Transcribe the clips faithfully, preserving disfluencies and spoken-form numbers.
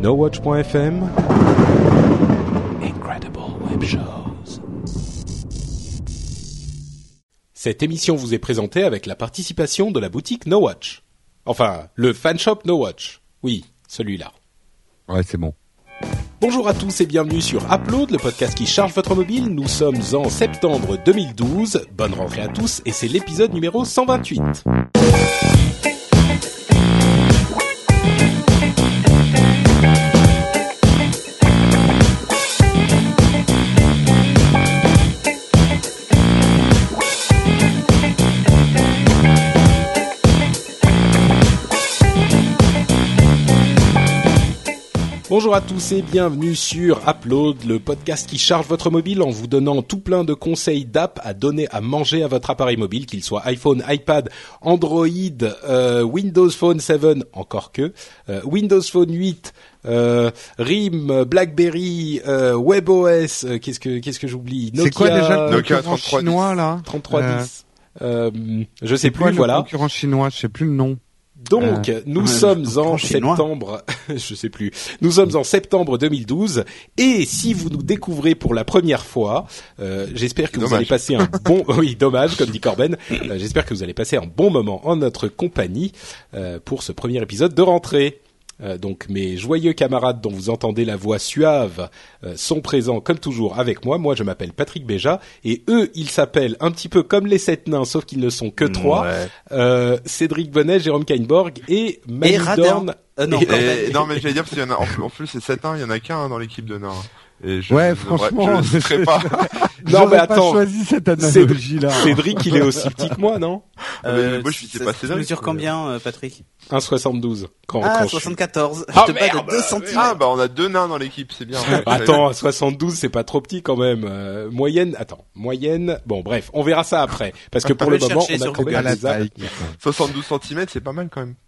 nowatch point f m. Incredible Web Shows. Cette émission vous est présentée avec la participation de la boutique NoWatch. Enfin, le fanshop NoWatch. Oui, celui-là. Ouais, c'est bon. Bonjour à tous et bienvenue sur Upload, le podcast qui charge votre mobile. Nous sommes en septembre deux mille douze. Bonne rentrée à tous et c'est l'épisode numéro cent vingt-huit. Bonjour à tous et bienvenue sur Upload, le podcast qui charge votre mobile en vous donnant tout plein de conseils d'app à donner à manger à votre appareil mobile, qu'il soit iPhone, iPad, Android, euh, Windows Phone sept, encore que, euh, Windows Phone huit, euh, R I M, BlackBerry, euh, WebOS, euh, qu'est-ce que qu'est-ce que j'oublie, Nokia. C'est quoi déjà le Nokia concurrent chinois là trente-trois dix. Euh, euh, je sais C'est plus, quoi, voilà. Le concurrent chinois, je sais plus le nom. Donc, euh, nous ouais, sommes en chinois. septembre, je sais plus, nous sommes en septembre deux mille douze, et si vous nous découvrez pour la première fois, euh, j'espère que dommage. vous allez passer un bon, oui, dommage, comme dit Corben, euh, j'espère que vous allez passer un bon moment en notre compagnie, euh, pour ce premier épisode de rentrée. Euh, donc mes joyeux camarades dont vous entendez la voix suave euh, sont présents comme toujours avec moi. Moi je m'appelle Patrick Béja et eux ils s'appellent un petit peu comme les sept nains sauf qu'ils ne sont que trois. Ouais. Euh, Cédric Bonnet, Jérôme Kainborg et Manu Et Radin. Dorn. Euh, non, Et- pardon. Et, non mais j'allais dire parce qu'il y en a en plus, en plus c'est sept un, il y en a qu'un dans l'équipe de Nord. Et je, Ouais, je- franchement, je ne serais pas. Non, mais J'aurais pas attends. choisi cette analogie là. Cédric il est aussi petit que moi, non? Euh, moi, je suis- c'est ça- pas Tu Cédric, mesures euh. combien, euh, Patrick? un virgule soixante-douze quand, Ah, quand je suis- soixante-quatorze. Ah, Je te bats merde. de deux centimètres. Ah bah on a deux nains dans l'équipe, c'est bien. Ouais, Attends, à soixante-douze, c'est pas trop petit quand même. Euh, moyenne, attends, moyenne. Bon, bref, on verra ça après, parce que pour On le va moment, chercher on a sur quand Google. même À la des apps, taille. soixante-douze centimètres, c'est pas mal quand même.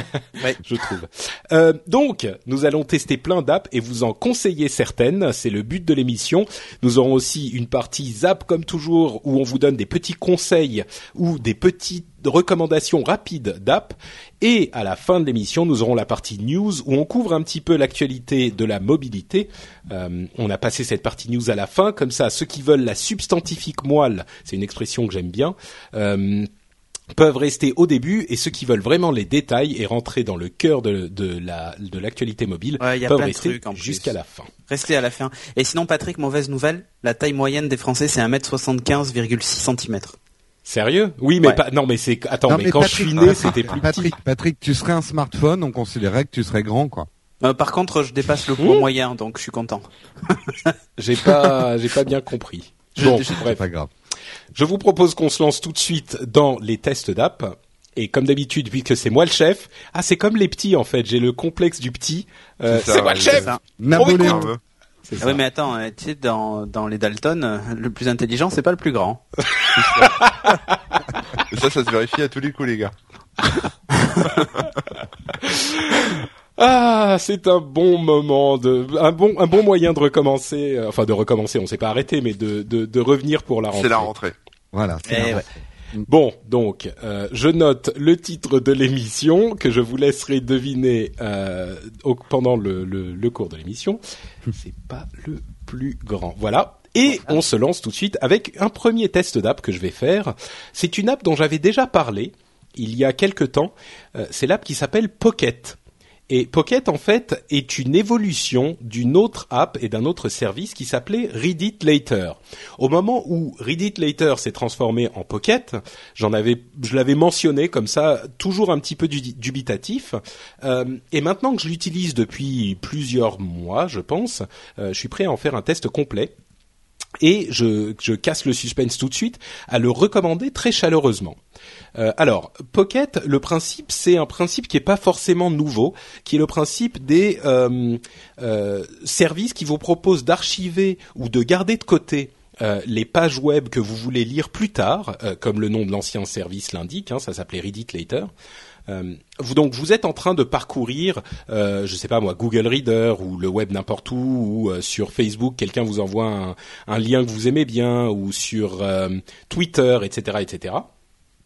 je trouve. Euh, donc, nous allons tester plein d'apps et vous en conseiller certaines. C'est le but de l'émission. Nous aurons aussi une partie zap comme toujours où on vous donne des petits conseils ou des petites recommandations rapides d'app. Et à la fin de l'émission, nous aurons la partie news où on couvre un petit peu l'actualité de la mobilité. Euh, on a passé cette partie news à la fin, comme ça, ceux qui veulent la substantifique moelle, c'est une expression que j'aime bien, euh, peuvent rester au début, et ceux qui veulent vraiment les détails et rentrer dans le cœur de, de la de l'actualité mobile Ouais, y a peuvent plein de rester trucs, en plus. jusqu'à la fin. Restez à la fin. Et sinon, Patrick, mauvaise nouvelle. La taille moyenne des Français, c'est un mètre soixante-quinze virgule six centimètres. Sérieux? Oui, mais Ouais. pas. Non, mais c'est. Attends, Non, mais, mais quand Patrick, je suis né, Patrick, c'était plus Patrick, petit. Patrick, tu serais un smartphone, on considérait que tu serais grand quoi. Euh, par contre, je dépasse le poids Mmh. moyen, donc je suis content. J'ai pas, j'ai pas bien compris. Je- Bon, je- C'est bref. pas grave. Je vous propose qu'on se lance tout de suite dans les tests d'app. Et comme d'habitude, puisque c'est moi le chef, ah c'est comme les petits en fait, j'ai le complexe du petit. Euh, C'est ça, c'est moi le ouais, chef. C'est ça. Napoléon. m'écoute. C'est Ah ça. oui, mais attends, euh, tu sais, dans, dans les Dalton, euh, le plus intelligent, c'est pas le plus grand. Et ça, ça se vérifie à tous les coups les gars. Ah, c'est un bon moment de, un bon, un bon moyen de recommencer, euh, enfin de recommencer, on s'est pas arrêté, mais de, de, de revenir pour la rentrée. C'est la rentrée. Voilà. c'est Eh la ouais. Bon, donc, euh, je note le titre de l'émission que je vous laisserai deviner euh, au, pendant le, le, le cours de l'émission. C'est pas le plus grand. Voilà. Et on se lance tout de suite avec un premier test d'app que je vais faire. C'est une app dont j'avais déjà parlé il y a quelque temps. Euh, c'est l'app qui s'appelle Pocket. Et Pocket, en fait, est une évolution d'une autre app et d'un autre service qui s'appelait Read It Later. Au moment où Read It Later s'est transformé en Pocket, j'en avais, je l'avais mentionné comme ça, toujours un petit peu du- dubitatif. Euh, et maintenant que je l'utilise depuis plusieurs mois, je pense, euh, je suis prêt à en faire un test complet. Et je, je casse le suspense tout de suite à le recommander très chaleureusement. Euh, alors, Pocket, le principe, c'est un principe qui est pas forcément nouveau, qui est le principe des euh, euh, services qui vous proposent d'archiver ou de garder de côté euh, les pages web que vous voulez lire plus tard, euh, comme le nom de l'ancien service l'indique, hein, ça s'appelait Read It Later. Euh, vous donc vous êtes en train de parcourir, euh, je sais pas moi, Google Reader ou le web n'importe où, ou euh, sur Facebook, quelqu'un vous envoie un, un lien que vous aimez bien, ou sur euh, Twitter, et cetera, et cetera.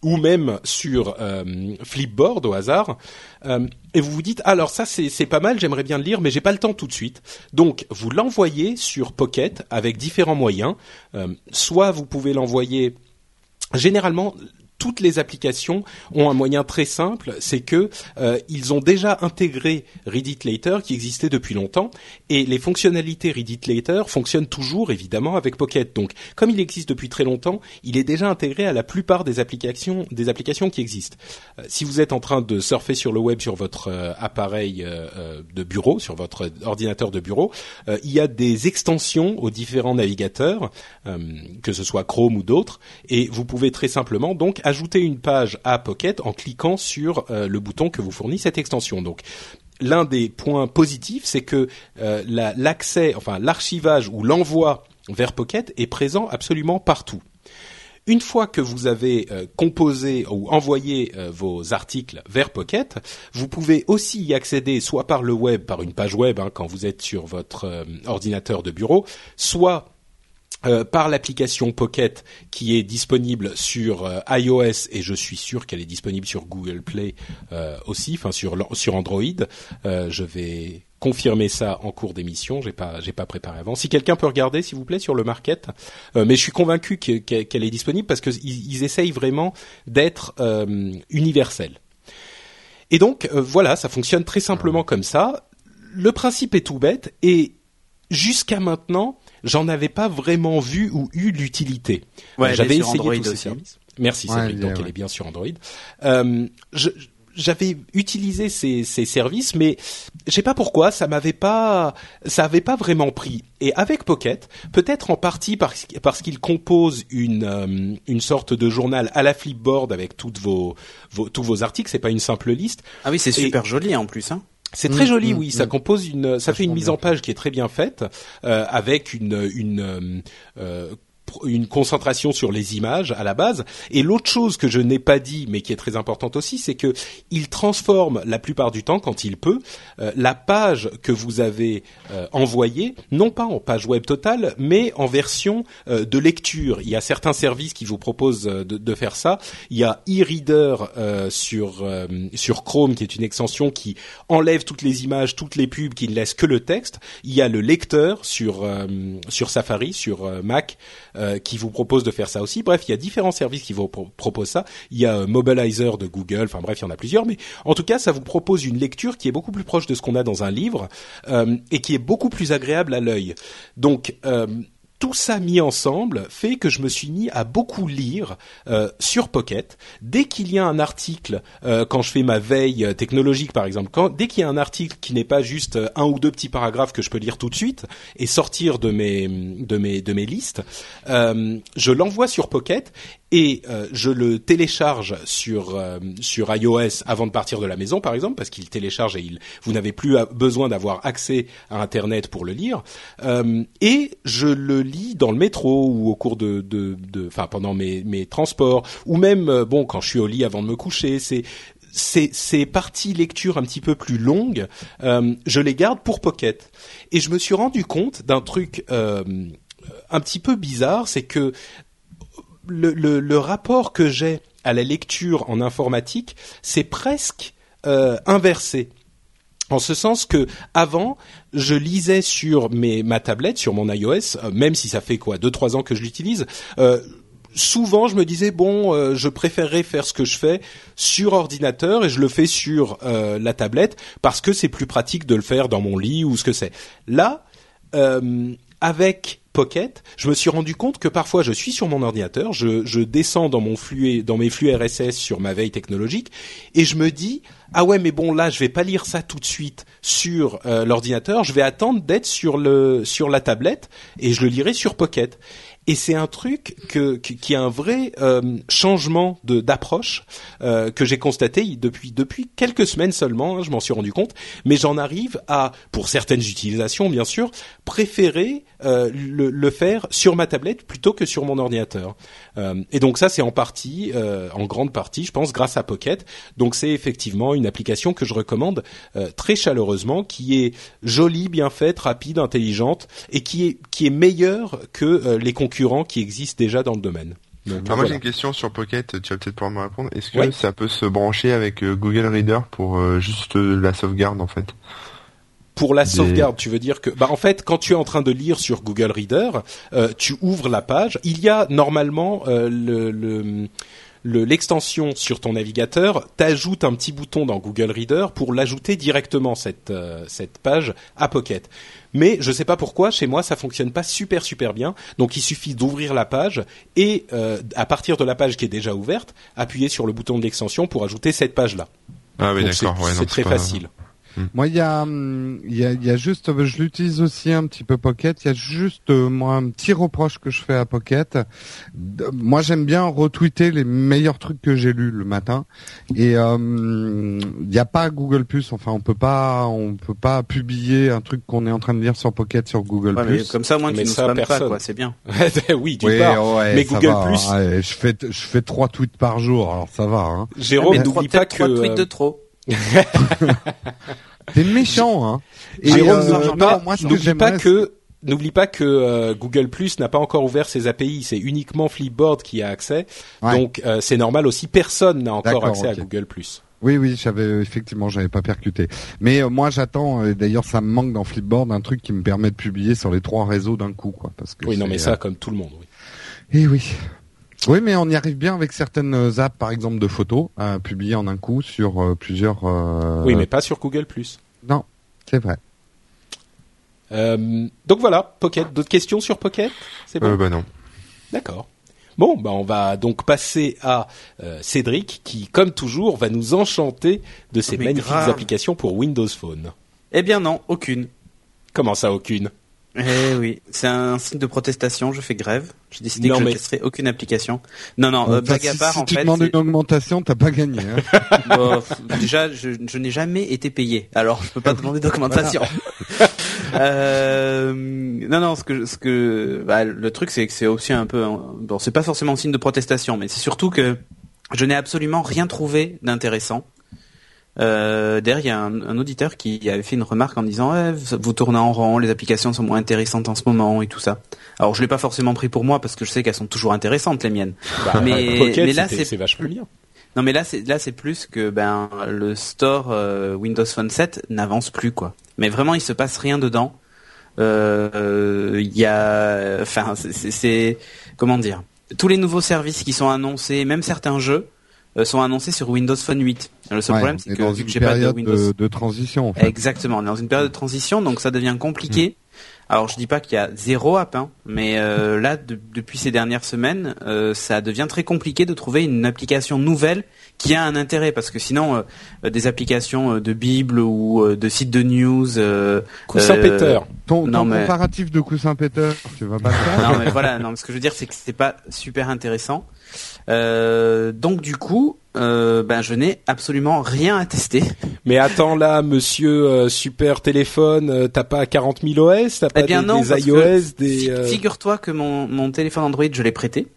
ou même sur euh, Flipboard au hasard, euh, et vous vous dites alors ça c'est c'est pas mal, j'aimerais bien le lire, mais j'ai pas le temps tout de suite. Donc vous l'envoyez sur Pocket avec différents moyens. Euh, soit vous pouvez l'envoyer généralement. Toutes les applications ont un moyen très simple, c'est que euh, ils ont déjà intégré Read It Later qui existait depuis longtemps, et les fonctionnalités Read It Later fonctionnent toujours évidemment avec Pocket. Donc, comme il existe depuis très longtemps, il est déjà intégré à la plupart des applications des applications qui existent. Euh, si vous êtes en train de surfer sur le web sur votre euh, appareil euh, de bureau, sur votre ordinateur de bureau, euh, il y a des extensions aux différents navigateurs, euh, que ce soit Chrome ou d'autres, et vous pouvez très simplement donc ajouter une page à Pocket en cliquant sur euh, le bouton que vous fournit cette extension. Donc, l'un des points positifs, c'est que euh, la, l'accès, enfin l'archivage ou l'envoi vers Pocket est présent absolument partout. Une fois que vous avez euh, composé ou envoyé euh, vos articles vers Pocket, vous pouvez aussi y accéder soit par le web, par une page web hein, quand vous êtes sur votre euh, ordinateur de bureau, soit Euh, par l'application Pocket qui est disponible sur euh, iOS, et je suis sûr qu'elle est disponible sur Google Play euh, aussi, enfin sur sur Android. Euh, je vais confirmer ça en cours d'émission. J'ai pas j'ai pas préparé avant. Si quelqu'un peut regarder, s'il vous plaît, sur le market. Euh, mais je suis convaincu que, qu'elle est disponible parce que ils, ils essayent vraiment d'être euh, universels. Et donc euh, voilà, ça fonctionne très simplement comme ça. Le principe est tout bête, et jusqu'à maintenant, j'en avais pas vraiment vu ou eu l'utilité. Ouais, euh, j'avais sur essayé Android tous ces aussi. services. Merci Ouais, Cédric, donc ouais. elle est bien sur Android. Euh, je, j'avais utilisé ces, ces services, mais je sais pas pourquoi, ça m'avait pas, ça avait pas vraiment pris. Et avec Pocket, peut-être en partie parce, parce qu'il compose une euh, une sorte de journal à la Flipboard avec toutes vos, vos tous vos articles. C'est pas une simple liste. Ah oui, c'est Et- super joli en plus, hein. C'est très Mmh, joli, mmh, oui. Ça mmh. compose une, ça fait une Vachement mise bien en page qui est très bien faite, euh, avec une une euh, euh, une concentration sur les images à la base. Et l'autre chose que je n'ai pas dit, mais qui est très importante aussi, c'est que il transforme la plupart du temps, quand il peut, euh, la page que vous avez euh, envoyée, non pas en page web totale, mais en version euh, de lecture. Il y a certains services qui vous proposent euh, de, de faire ça. Il y a e-reader euh, sur euh, sur Chrome, qui est une extension qui enlève toutes les images, toutes les pubs, qui ne laisse que le texte. Il y a le lecteur sur euh, sur Safari, sur euh, Mac, euh, qui vous propose de faire ça aussi. Bref, il y a différents services qui vous pro- proposent ça. Il y a euh, Mobilizer de Google, enfin bref, il y en a plusieurs, mais en tout cas, ça vous propose une lecture qui est beaucoup plus proche de ce qu'on a dans un livre, euh, et qui est beaucoup plus agréable à l'œil. Donc, euh, tout ça mis ensemble fait que je me suis mis à beaucoup lire euh, sur Pocket. Dès qu'il y a un article, euh, quand je fais ma veille euh, technologique par exemple, quand, dès qu'il y a un article qui n'est pas juste euh, un ou deux petits paragraphes que je peux lire tout de suite et sortir de mes de mes de mes listes, euh, je l'envoie sur Pocket et euh, je le télécharge sur euh, sur iOS avant de partir de la maison par exemple, parce qu'il télécharge et il vous n'avez plus à- besoin d'avoir accès à Internet pour le lire, euh, et je le lis dans le métro ou au cours de de de enfin pendant mes mes transports, ou même euh, bon quand je suis au lit avant de me coucher. C'est ces, ces parties lecture un petit peu plus longues, euh, je les garde pour Pocket. Et je me suis rendu compte d'un truc euh, un petit peu bizarre, c'est que le, le, le rapport que j'ai à la lecture en informatique, c'est presque euh, inversé. En ce sens que avant, je lisais sur mes ma tablette, sur mon iOS, euh, même si ça fait quoi deux trois ans que je l'utilise. Euh, souvent, je me disais bon, euh, je préférerais faire ce que je fais sur ordinateur, et je le fais sur euh, la tablette parce que c'est plus pratique de le faire dans mon lit ou ce que c'est. Là, euh, avec Pocket, je me suis rendu compte que parfois je suis sur mon ordinateur, je, je descends dans mon flux, dans mes flux R S S sur ma veille technologique, et je me dis ah ouais mais bon là je vais pas lire ça tout de suite sur euh, l'ordinateur, je vais attendre d'être sur le sur la tablette et je le lirai sur Pocket. Et c'est un truc que, que qui a un vrai euh, changement de d'approche euh, que j'ai constaté depuis depuis quelques semaines seulement, hein, je m'en suis rendu compte, mais j'en arrive à, pour certaines utilisations bien sûr, préférer euh, le, le faire sur ma tablette plutôt que sur mon ordinateur. Euh, et donc ça c'est en partie, euh, en grande partie, je pense, grâce à Pocket. Donc c'est effectivement une application que je recommande euh, très chaleureusement, qui est jolie, bien faite, rapide, intelligente, et qui est qui est meilleure que euh, les concurrents qui existent déjà dans le domaine. Donc, Ah, moi voilà. j'ai une question sur Pocket, tu vas peut-être pouvoir me répondre. Est-ce que Ouais. ça peut se brancher avec euh, Google Reader pour euh, juste euh, la sauvegarde en fait? Pour la Des- sauvegarde, tu veux dire que, bah en fait, quand tu es en train de lire sur Google Reader, euh, tu ouvres la page. Il y a normalement euh, le, le, le l'extension sur ton navigateur t'ajoute un petit bouton dans Google Reader pour l'ajouter directement cette euh, cette page à Pocket. Mais je sais pas pourquoi chez moi ça fonctionne pas super super bien. Donc il suffit d'ouvrir la page et euh, à partir de la page qui est déjà ouverte, appuyer sur le bouton de l'extension pour ajouter cette page là. Ah oui, Donc d'accord. c'est, Ouais, c'est non, très pas- facile. Moi, il y a, hum, il y a, il y a juste, je l'utilise aussi un petit peu Pocket. Il y a juste, euh, moi, un petit reproche que je fais à Pocket. De- moi, j'aime bien retweeter les meilleurs trucs que j'ai lus le matin. Et euh, il n'y a pas Google Plus. Enfin, on peut pas, on peut pas publier un truc qu'on est en train de lire sur Pocket sur Google Ouais, mais Plus. comme ça, au moins, Mais tu nous ça, spammes pas, personne. quoi. C'est bien. Oui, tu Oui, pars. ouais, Mais ça Google va. Plus- Ouais, je fais, je fais trois tweets par jour. Alors ça va. Hein. Jérôme, mais n'oublie trois- pas peut-être que trois tweets euh, de trop. T'es méchant, hein. Et, Jérôme, euh, n'oublie non, pas, moi, ce que n'oublie pas j'aimerais, que n'oublie pas que euh, Google Plus n'a pas encore ouvert ses A P I, c'est uniquement Flipboard qui a accès. Ouais. Donc euh, c'est normal aussi, personne n'a encore D'accord, accès ok. à Google Plus. Oui, oui, j'avais effectivement, j'avais pas percuté. Mais euh, moi, j'attends. euh, D'ailleurs, ça me manque dans Flipboard un truc qui me permet de publier sur les trois réseaux d'un coup, quoi. Parce que Oui, non c'est, mais ça comme tout le monde, oui. euh, Eh oui. Oui, mais on y arrive bien avec certaines apps, par exemple de photos, à publier en un coup sur euh, plusieurs. euh, Oui, mais pas sur Google Plus. Non, c'est vrai. Euh, donc voilà, Pocket, d'autres questions sur Pocket? C'est bon. Euh, bah non. D'accord. Bon, bah on va donc passer à euh, Cédric qui, comme toujours, va nous enchanter de ses Mais magnifiques grave. applications pour Windows Phone. Eh bien non, aucune. Comment ça, aucune? Eh oui, c'est un signe de protestation, je fais grève. J'ai décidé Non, que je mais- ne testerai aucune application. Non, non, euh, Enfin, blague à si part, si en tu fait, demandes c'est- une augmentation, t'as pas gagné. Hein. Bon, pff, déjà, je, je n'ai jamais été payé, alors je peux pas demander d'augmentation. euh, non, non, ce que, ce que, bah, le truc, c'est que c'est aussi un peu, un- bon, c'est pas forcément un signe de protestation, mais c'est surtout que je n'ai absolument rien trouvé d'intéressant. Euh, d'ailleurs, il y a un, un auditeur qui avait fait une remarque en disant ouais, vous, vous tournez en rond, les applications sont moins intéressantes en ce moment et tout ça. Alors, je l'ai pas forcément pris pour moi parce que je sais qu'elles sont toujours intéressantes les miennes. Bah, Mais- Pocket, mais là, c'était- c'est- c'est vachement bien. Non, mais là, c'est là, c'est plus que ben le store euh, Windows Phone sept n'avance plus quoi. Mais vraiment, il se passe rien dedans. Euh, Il y a, enfin, c'est- c'est c'est- comment dire, tous les nouveaux services qui sont annoncés, même certains jeux, euh, sont annoncés sur Windows Phone huit. Le seul Ouais, problème, on c'est est que dans vu une que j'ai pas de période Windows. de, de transition. En fait. Exactement, on est dans une période de transition, donc ça devient compliqué. Alors je dis pas qu'il y a zéro app, hein, mais euh, là, de- depuis ces dernières semaines, euh, ça devient très compliqué de trouver une application nouvelle qui a un intérêt, parce que sinon, euh, des applications euh, de Bible ou euh, de sites de news... Euh, Coussin euh, Peter. Ton, Non, ton mais- comparatif de coussin Peter, tu vas pas le faire. non mais voilà, non, mais ce que je veux dire, c'est que c'est pas super intéressant. Euh, donc du coup, euh, ben je n'ai absolument rien à tester. Mais attends là, monsieur euh, super téléphone, euh, t'as pas quarante mille O S, t'as pas Eh bien des, non, des parce que iOS, des. Fi- euh, Figure-toi que mon, mon téléphone Android, je l'ai prêté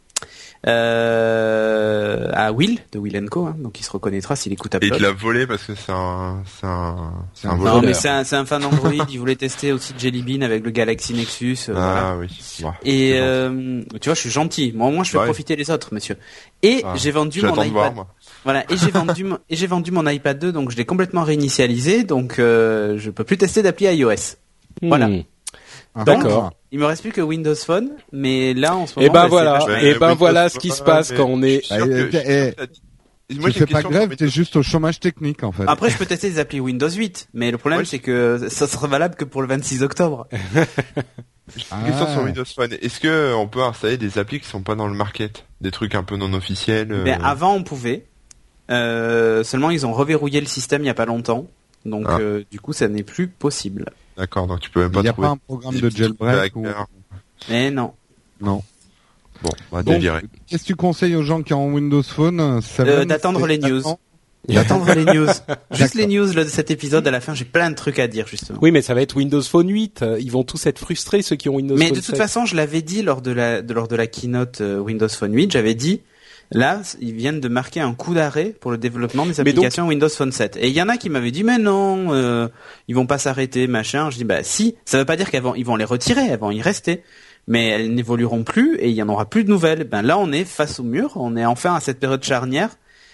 euh, à Will de Will and Co. Hein, donc il se reconnaîtra s'il écoute Et Apple. tu l'as volé parce que c'est un, c'est un, c'est un Non, voleur. Non mais voleur. c'est un, c'est un fan Android. Il voulait tester aussi Jelly Bean avec le Galaxy Nexus. euh, voilà. Ah oui. Bon, Et c'est euh, tu vois, je suis gentil. Moi, au moins, je fais Ouais. profiter les autres, monsieur. Et Ah, j'ai vendu J'attends mon de voir, iPad. moi. Voilà. Et j'ai vendu mon- et j'ai vendu mon iPad deux, donc je l'ai complètement réinitialisé. Donc euh, je peux plus tester d'appli iOS. Voilà. hmm. Ah, D'accord. Il me reste plus que Windows Phone, mais là en ce moment. Et ben bah, voilà. c'est vachement- Et ben Windows voilà ce Phone, qui se passe mais quand on est. je suis sûr Eh, que- je suis sûr eh, que t'as dit- Tu Moi, j'ai fais une pas question grève, sur t'es Windows- juste au chômage technique en fait. Après, je peux tester des applis Windows huit, mais le problème Ouais, c'est que ça sera valable que pour le vingt-six octobre. Ah. Une question sur Windows Phone. Est-ce que euh, on peut installer des applis qui sont pas dans le market, des trucs un peu non officiels euh, Ben, avant, on pouvait. Euh, seulement, ils ont reverrouillé le système il y a pas longtemps, donc Ah. euh, du coup, ça n'est plus possible. D'accord, donc tu peux même Il pas n'y a trouver. pas un programme des de petits trucs jailbreak de ou... hacker. Mais non. Non. Bon, on va Donc, délirer. qu'est-ce que tu conseilles aux gens qui ont Windows Phone ça Euh, va, d'attendre c'est- les news. d'attendre D'attendre les news. Juste les D'accord. news là, de cet épisode. À la fin, j'ai plein de trucs à dire justement. Oui, mais ça va être Windows Phone huit. euh, Ils vont tous être frustrés ceux qui ont Windows Mais Phone de toute sept. façon, je l'avais dit lors de la de, lors de la keynote euh, Windows Phone huit. J'avais dit là, ils viennent de marquer un coup d'arrêt pour le développement des Mais donc- applications Windows Phone sept. Et il y en a qui m'avaient dit mais non, euh, ils vont pas s'arrêter, machin. Je dis bah si. Ça veut pas dire qu'elles vont ils vont les retirer, elles vont y rester. mais elles n'évolueront plus et il y en aura plus de nouvelles. Ben là, on est face au mur, on est enfin à cette période charnière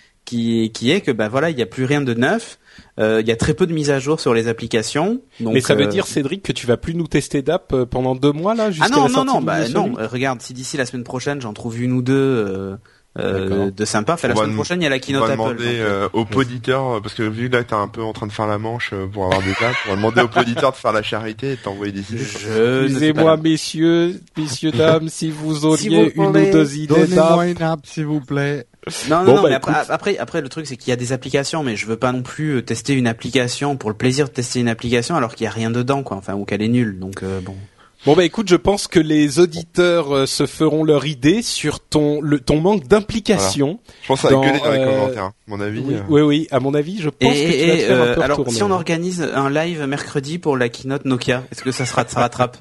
qui qui est que ben voilà, il y a plus rien de neuf. Euh, il y a très peu de mises à jour sur les applications. Donc, mais ça veut euh... dire, Cédric, que tu vas plus nous tester d'app pendant deux mois là, jusqu'à ah non, la non, sortie non, de bah celui non. Euh, regarde, si d'ici la semaine prochaine j'en trouve une ou deux euh, euh, de sympa. Enfin, la semaine prochaine, il y a la keynote Apple. On va Apple, demander euh, aux poditeurs, parce que vu que là t'es un peu en train de faire la manche pour avoir des apps, on va demander aux poditeurs de faire la charité et de t'envoyer des idées. Je Excusez-moi, messieurs, messieurs, dames, si vous auriez Si vous une ou voulez, deux idées Donnez-moi d'app. une app, s'il vous plaît. Non, non, Bon, non, bah, mais écoute. après, après, après, le truc, c'est qu'il y a des applications, mais je veux pas non plus tester une application pour le plaisir de tester une application alors qu'il y a rien dedans, quoi. Enfin, ou qu'elle est nulle. Donc, euh, bon. Bon bah écoute, je pense que les auditeurs euh, se feront leur idée sur ton le, ton manque d'implication. Je pense à Dans, gueuler dans les euh, commentaires, à mon avis. Oui, euh. oui, oui, à mon avis, je pense Et, que tu vas te et, faire un euh, peu alors, retourner. si on organise un live mercredi pour la keynote Nokia, est-ce que ça sera, ça rattrape?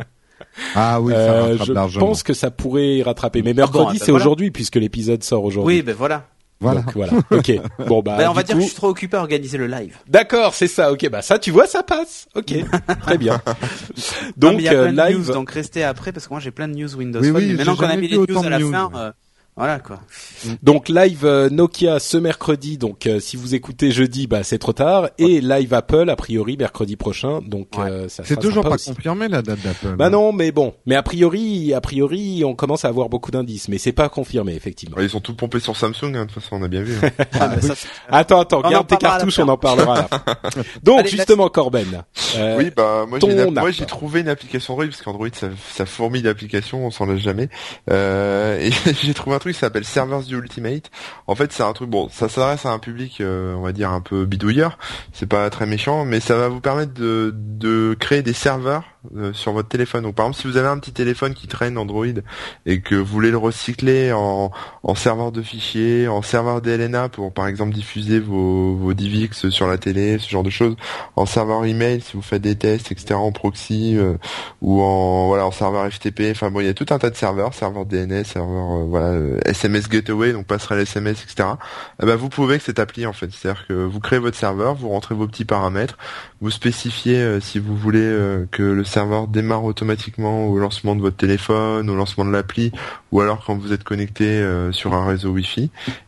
Ah oui, ça Euh, rattrape je largement. pense que ça pourrait rattraper. Mais Ah mercredi, bon, ben c'est voilà. aujourd'hui puisque l'épisode sort aujourd'hui. Oui, ben voilà. Voilà. Donc voilà. Ok. Bon bah. Ben, on du va dire coup- que je suis trop occupé à organiser le live. D'accord, c'est ça. Ok, bah ça, tu vois, ça passe. Ok, très bien. Non, Donc mais il y a euh, plein de live. news, donc restez après parce que moi j'ai plein de news Windows Oui, Phone. oui, mais j'ai maintenant qu'on a jamais mis vu les news autant à la de news, fin, ouais. euh, voilà quoi. Donc live euh, Nokia ce mercredi. Donc euh, si vous écoutez jeudi, bah c'est trop tard. Et live Apple a priori mercredi prochain. Donc Ouais. euh, ça C'est sera toujours sympa pas aussi. confirmé la date d'Apple. Bah non, mais bon. Mais a priori, a priori, on commence à avoir beaucoup d'indices, mais c'est pas confirmé effectivement. Ouais, ils sont tous pompés sur Samsung, hein, de toute façon, on a bien vu. Ah, ben, ça, c'est- Attends, attends, On en garde tes parlera à la cartouches, fin. on en parlera. À la fin. Donc Allez, justement, Corben. euh, Oui, bah moi ton j'ai, une app- moi app. j'ai trouvé une application Android parce qu'Android ça, ça fourmille d'applications, on s'en lasse jamais. Euh, et j'ai trouvé un truc qui s'appelle Servers du Ultimate. En fait, c'est un truc bon, ça s'adresse à un public, euh, on va dire un peu bidouilleur. C'est pas très méchant, mais ça va vous permettre de, de créer des serveurs euh, sur votre téléphone. Donc par exemple, si vous avez un petit téléphone qui traîne Android et que vous voulez le recycler en, en serveur de fichiers, en serveur D L N A pour par exemple diffuser vos, vos D V X sur la télé, ce genre de choses, en serveur email si vous faites des tests, et cetera en proxy euh, ou en voilà en serveur F T P. Enfin bon, il y a tout un tas de serveurs, serveur D N S, serveur euh, voilà euh, S M S Gateway, donc passerelle S M S, et cetera. Eh ben, vous pouvez avec cette appli en fait, c'est-à-dire que vous créez votre serveur, vous rentrez vos petits paramètres, vous spécifiez euh, si vous voulez euh, que le serveur démarre automatiquement au lancement de votre téléphone, au lancement de l'appli, ou alors quand vous êtes connecté euh, sur un réseau Wi-Fi.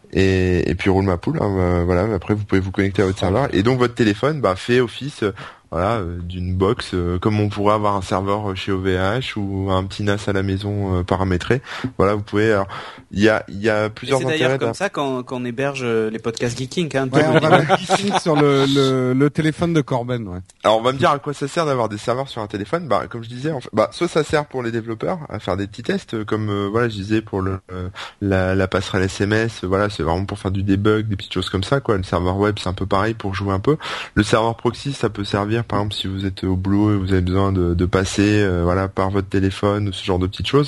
Et, et puis roule ma poule, hein, euh, voilà. Après, vous pouvez vous connecter à votre serveur, et donc votre téléphone, bah, fait office, euh, voilà, euh, d'une box, euh, comme on pourrait avoir un serveur chez O V H ou un petit N A S à la maison euh, paramétré. Voilà, vous pouvez. Alors, il y a, il y a Et plusieurs c'est d'ailleurs intérêts. comme d'un- ça qu'on qu'on héberge euh, les podcasts Geeking. Hein, Ouais, Tout on le va monde. mettre Geeking sur le, le, le téléphone de Corben, ouais. Alors, on va me dire à quoi ça sert d'avoir des serveurs sur un téléphone. Bah, comme je disais, en fait, bah, soit ça sert pour les développeurs à faire des petits tests, euh, comme euh, voilà, je disais pour le euh, la, la passerelle S M S. euh, Voilà, c'est vraiment pour faire du debug, des petites choses comme ça, quoi. Le serveur web, c'est un peu pareil pour jouer un peu. Le serveur proxy, ça peut servir, par exemple, si vous êtes au boulot et vous avez besoin de, de passer, euh, voilà, par votre téléphone ou ce genre de petites choses.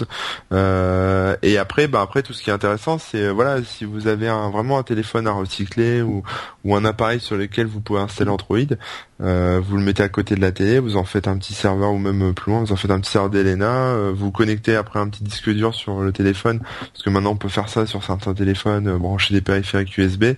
Euh, et après, bah après, tout ce qui est intéressant, c'est euh, voilà, si vous avez un, vraiment un téléphone à recycler ou ou un appareil sur lequel vous pouvez installer Android, euh, vous le mettez à côté de la télé, vous en faites un petit serveur ou même plus loin, vous en faites un petit serveur D L N A, euh, vous connectez après un petit disque dur sur le téléphone, parce que maintenant on peut faire ça sur certains téléphones, euh, brancher des périphériques U S B,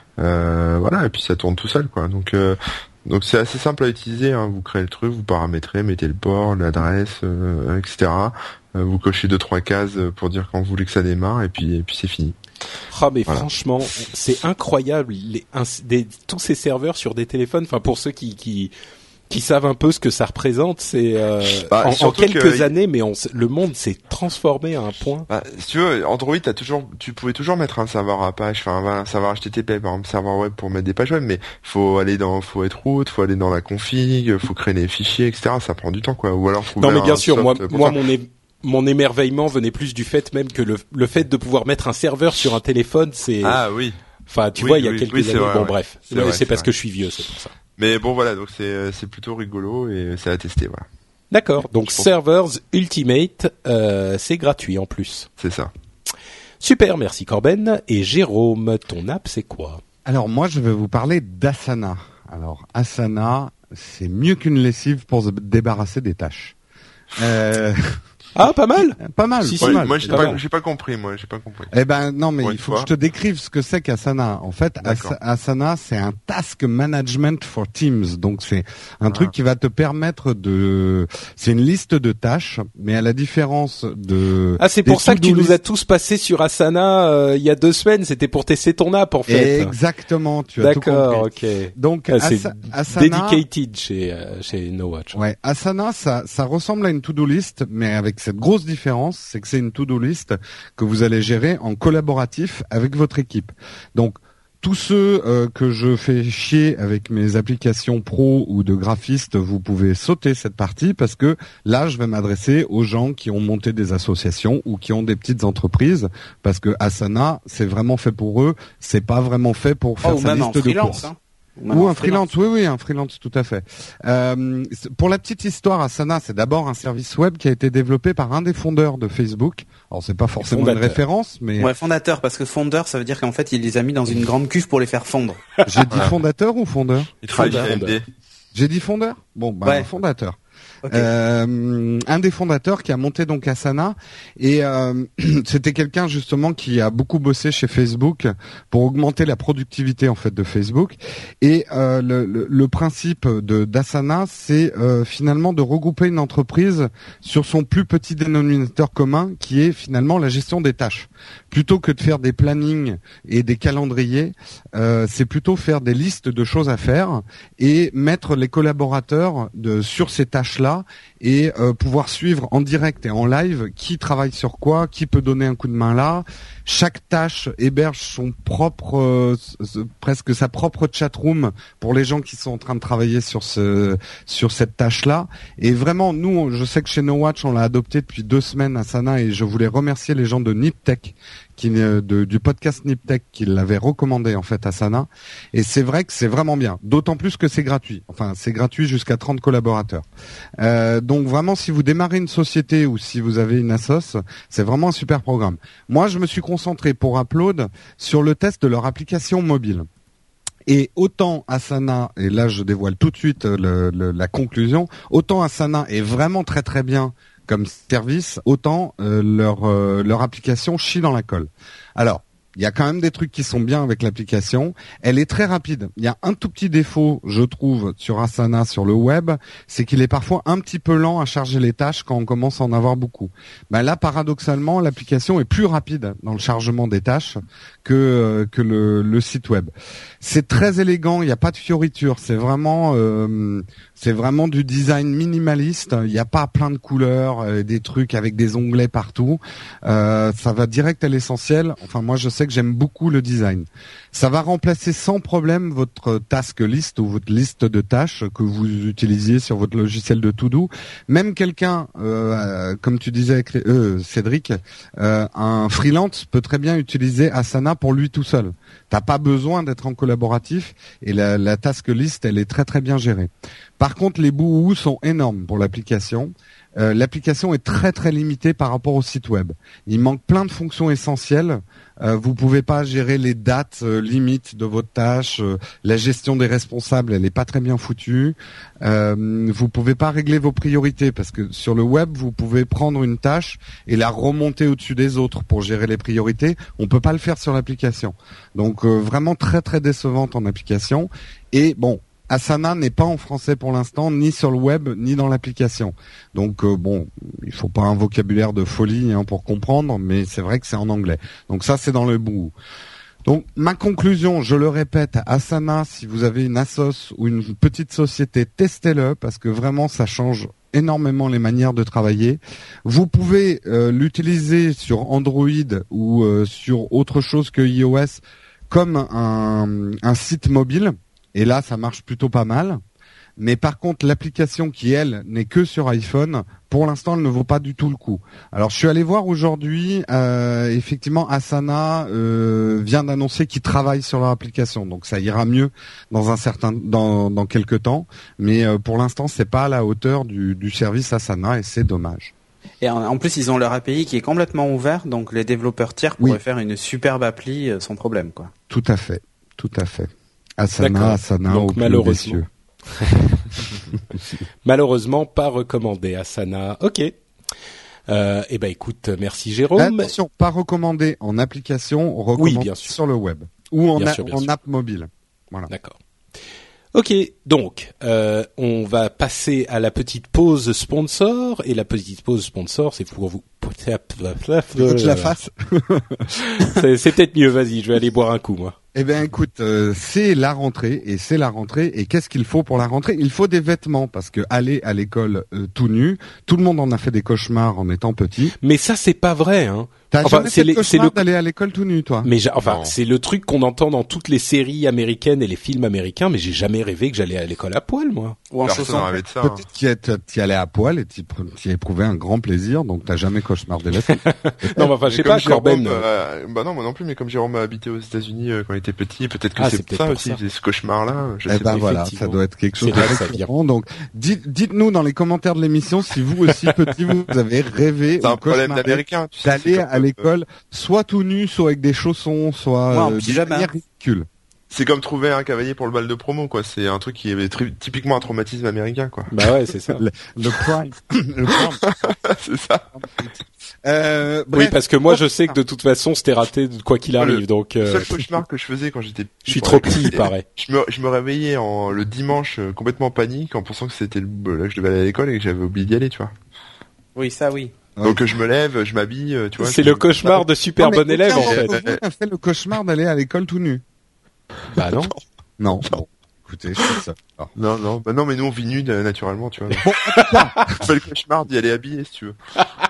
euh, voilà, et puis ça tourne tout seul, quoi. Donc euh, donc c'est assez simple à utiliser, hein. Vous créez le truc, vous paramétrez, mettez le port, l'adresse, euh, et cetera. Euh, vous cochez deux trois cases pour dire quand vous voulez que ça démarre, et puis et puis c'est fini. Ah mais Voilà. franchement, c'est incroyable les, ins- des, tous ces serveurs sur des téléphones. Enfin pour ceux qui qui qui savent un peu ce que ça représente, c'est euh, Bah, en, en surtout quelques que- années, mais on, s- le monde s'est transformé à un point. Bah, si tu veux, Android, t'as toujours, tu pouvais toujours mettre un serveur Apache, enfin, voilà, un serveur H T T P, par exemple, serveur web pour mettre des pages web, mais faut aller dans, faut être root, faut aller dans la config, faut créer les fichiers, et cetera. Ça prend du temps, quoi. Ou alors trouver Non mais bien un sûr, soft moi pour moi ça. mon é- mon émerveillement venait plus du fait même que le le fait de pouvoir mettre un serveur sur un téléphone, c'est Ah oui. enfin tu Oui, vois il y a oui, quelques oui, c'est années. vrai, bon ouais. bref, C'est vrai, c'est c'est parce vrai. que je suis vieux, c'est pour ça. Mais bon, voilà, donc c'est, c'est plutôt rigolo et c'est à tester, voilà. D'accord. Donc Je pense- Servers Ultimate, euh, c'est gratuit en plus. C'est ça. Super, merci Corben. Et Jérôme, ton app c'est quoi? Alors moi, je vais vous parler d'Asana. Alors Asana, c'est mieux qu'une lessive pour se débarrasser des tâches. Euh, Ah, pas mal. Pas mal. Si, pas si. mal. Moi, j'ai Pas pas, mal. j'ai pas compris. Moi, j'ai pas compris. Eh ben non, mais Pour il une faut fois. que je te décrive ce que c'est qu'Asana. En fait, D'accord. As- Asana, c'est un task management for teams. Donc c'est un Ah. truc qui va te permettre de. C'est une liste de tâches, mais à la différence de. Ah, c'est des pour ça que tu to-do nous as list- tous passés sur Asana euh, il y a deux semaines. C'était pour tester ton app, en fait. Exactement. Tu as tout D'accord, compris. ok. Donc Ah, c'est Asa- Asana. dedicated chez euh, chez No Watch. Ouais, Asana, ça, ça ressemble à une to-do list, mais avec cette grosse différence, c'est que c'est une to-do list que vous allez gérer en collaboratif avec votre équipe. Donc, tous ceux euh, que je fais chier avec mes applications pro ou de graphistes, vous pouvez sauter cette partie parce que là, je vais m'adresser aux gens qui ont monté des associations ou qui ont des petites entreprises parce que Asana, c'est vraiment fait pour eux, c'est pas vraiment fait pour faire Oh, ou sa même en liste de freelance. courses. Hein. Ou un freelance, oui, oui, un freelance, tout à fait. Euh, c'est- pour la petite histoire, Asana, c'est d'abord un service web qui a été développé par un des fondeurs de Facebook. Alors, c'est pas forcément une Fondateur. référence, mais Ouais, fondateur, parce que fondeur, ça veut dire qu'en fait, il les a mis dans une grande cuve pour les faire fondre. j'ai dit Voilà. fondateur ou fondeur Il travaille chez Fondeur. A M D. J'ai dit fondeur Bon, bah, Ouais. un fondateur. Ok. Euh, un des fondateurs qui a monté donc Asana et euh, c'était quelqu'un justement qui a beaucoup bossé chez Facebook pour augmenter la productivité en fait de Facebook et euh, le, le, le principe de d'Asana c'est euh, finalement de regrouper une entreprise sur son plus petit dénominateur commun qui est finalement la gestion des tâches plutôt que de faire des plannings et des calendriers euh, c'est plutôt faire des listes de choses à faire et mettre les collaborateurs de, sur ces tâches-là et euh, pouvoir suivre en direct et en live qui travaille sur quoi, qui peut donner un coup de main là. Chaque tâche héberge son propre, euh, s- presque sa propre chatroom pour les gens qui sont en train de travailler sur ce, sur cette tâche-là. Et vraiment, nous, je sais que chez No Watch, on l'a adopté depuis deux semaines Asana et je voulais remercier les gens de Niptech qui euh, de, du podcast Niptech qui l'avait recommandé en fait Asana et c'est vrai que c'est vraiment bien, d'autant plus que c'est gratuit, enfin c'est gratuit jusqu'à trente collaborateurs euh, donc vraiment si vous démarrez une société ou si vous avez une assoce, c'est vraiment un super programme. Moi je me suis concentré pour Upload sur le test de leur application mobile. Et autant Asana, et là je dévoile tout de suite le, le, la conclusion, autant Asana est vraiment très très bien comme service, autant euh, leur euh, leur application chie dans la colle. Alors, il y a quand même des trucs qui sont bien avec l'application. Elle est très rapide. Il y a un tout petit défaut, je trouve, sur Asana, sur le web, c'est qu'il est parfois un petit peu lent à charger les tâches quand on commence à en avoir beaucoup. Ben là, paradoxalement, l'application est plus rapide dans le chargement des tâches que euh, que le, le site web. C'est très élégant. Il n'y a pas de fioritures. C'est vraiment euh, c'est vraiment du design minimaliste. Il n'y a pas plein de couleurs, euh, des trucs avec des onglets partout. Euh, ça va direct à l'essentiel. Enfin, moi, je sais que j'aime beaucoup le design. Ça va remplacer sans problème votre task list ou votre liste de tâches que vous utilisiez sur votre logiciel de to-do. Même quelqu'un, euh, comme tu disais, avec, euh, Cédric, euh, un freelance peut très bien utiliser Asana pour lui tout seul. T'as pas besoin d'être en collaboratif et la, la task list, elle est très très bien gérée. Par contre, les bouts sont énormes pour l'application. Euh, l'application est très très limitée par rapport au site web. Il manque plein de fonctions essentielles. Euh, vous pouvez pas gérer les dates euh, limites de votre tâche. Euh, la gestion des responsables, elle est pas très bien foutue. Euh, vous pouvez pas régler vos priorités parce que sur le web, vous pouvez prendre une tâche et la remonter au-dessus des autres pour gérer les priorités. On peut pas le faire sur l'application. Donc euh, vraiment très très décevante en application. Et bon, Asana n'est pas en français pour l'instant, ni sur le web, ni dans l'application. Donc euh, bon, il faut pas un vocabulaire de folie hein, pour comprendre, mais c'est vrai que c'est en anglais. Donc ça, c'est dans le bout. Donc ma conclusion, je le répète, Asana, si vous avez une assoce ou une petite société, testez-le parce que vraiment ça change énormément les manières de travailler. Vous pouvez euh, l'utiliser sur Android ou euh, sur autre chose que iOS comme un, un site mobile. Et là, ça marche plutôt pas mal. Mais par contre, l'application qui, elle, n'est que sur iPhone, pour l'instant, elle ne vaut pas du tout le coup. Alors, je suis allé voir aujourd'hui, euh, effectivement, Asana euh, vient d'annoncer qu'ils travaillent sur leur application. Donc, ça ira mieux dans un certain, dans, dans quelques temps. Mais euh, pour l'instant, c'est pas à la hauteur du, du service Asana et c'est dommage. Et en, en plus, ils ont leur A P I qui est complètement ouvert, donc les développeurs tiers pourraient Oui. faire une superbe appli euh, sans problème, quoi. Tout à fait, tout à fait. Asana, D'accord. Asana, Donc, au plus malheureusement. audacieux. Malheureusement, pas recommandé Asana. Ok. Euh, eh ben écoute, merci Jérôme. Attention, pas recommandé en application, recommandé Oui, bien sûr. sur le web ou en, Bien a- sûr, bien en sûr. app mobile. Voilà. D'accord. Ok, donc euh, on va passer à la petite pause sponsor et la petite pause sponsor, c'est pour vous. Tu veux que je la fasse? c'est, c'est peut-être mieux. Vas-y, je vais aller boire un coup moi. Eh bien, écoute, euh, c'est la rentrée et c'est la rentrée. Et qu'est-ce qu'il faut pour la rentrée? Il faut des vêtements parce que aller à l'école euh, tout nu, tout le monde en a fait des cauchemars en étant petit. Mais ça, c'est pas vrai, hein. T'as Enfin, jamais c'est fait les- le c'est cauchemar le- d'aller à l'école tout nu, toi? Mais j'a- enfin, Non. c'est le truc qu'on entend dans toutes les séries américaines et les films américains. Mais j'ai jamais rêvé que j'allais à l'école à poil, moi. Ou en Personne chaussons. n'a rêvé de ça. hein. Peut-être t'y, es- t'y allais à poil et t'y, pr- t'y éprouvais un grand plaisir, donc t'as jamais cauchemardé là-dessus. Non, mais enfin, je sais Mais comme pas, Jérôme, Corben. euh, bah non, moi non plus, mais comme Jérôme a habité aux États-Unis euh, quand il était petit, peut-être que Ah, c'est, c'est pour peut-être ça pour aussi, ça. c'est ce cauchemar-là. Je Eh sais ben pas. voilà, effectivement. ça doit être quelque chose C'est de vrai, ça récurrent. Donc, dites, dites-nous dans les commentaires de l'émission si vous aussi, petit, vous avez rêvé C'est ou un problème cauchemardé d'américain. Tu sais, d'aller c'est comme, à l'école, soit tout nu, soit avec des chaussons, soit Ouais, en euh, pyjama. de manière ridicule. C'est comme trouver un cavalier pour le bal de promo, quoi. C'est un truc qui est tri- typiquement un traumatisme américain, quoi. Bah ouais, c'est ça. Le, le prime. le prime. c'est ça. Euh, Oui, bref, parce que moi, je sais que de toute façon, c'était raté de quoi qu'il arrive. Le- Donc, Le euh, seul cauchemar que je faisais quand j'étais petit, je suis pour trop aller- petit, il paraît. Je me, je me réveillais en, le dimanche euh, complètement panique en pensant que c'était le, là que je devais aller à l'école et que j'avais oublié d'y aller, tu vois. Oui, ça oui. Ouais. Donc euh, je me lève, je m'habille, euh, tu vois. C'est je- le cauchemar de super Non, mais bon élève, en aucun fait. d'entre vous n'a fait le cauchemar d'aller à l'école tout nu. Bah non. Non. Bon, écoutez, je suis ça. Alors. Non, non, bah non, mais nous on vit nus euh, naturellement, tu vois. Bon, On fait le cauchemar d'y aller habillé, si tu veux.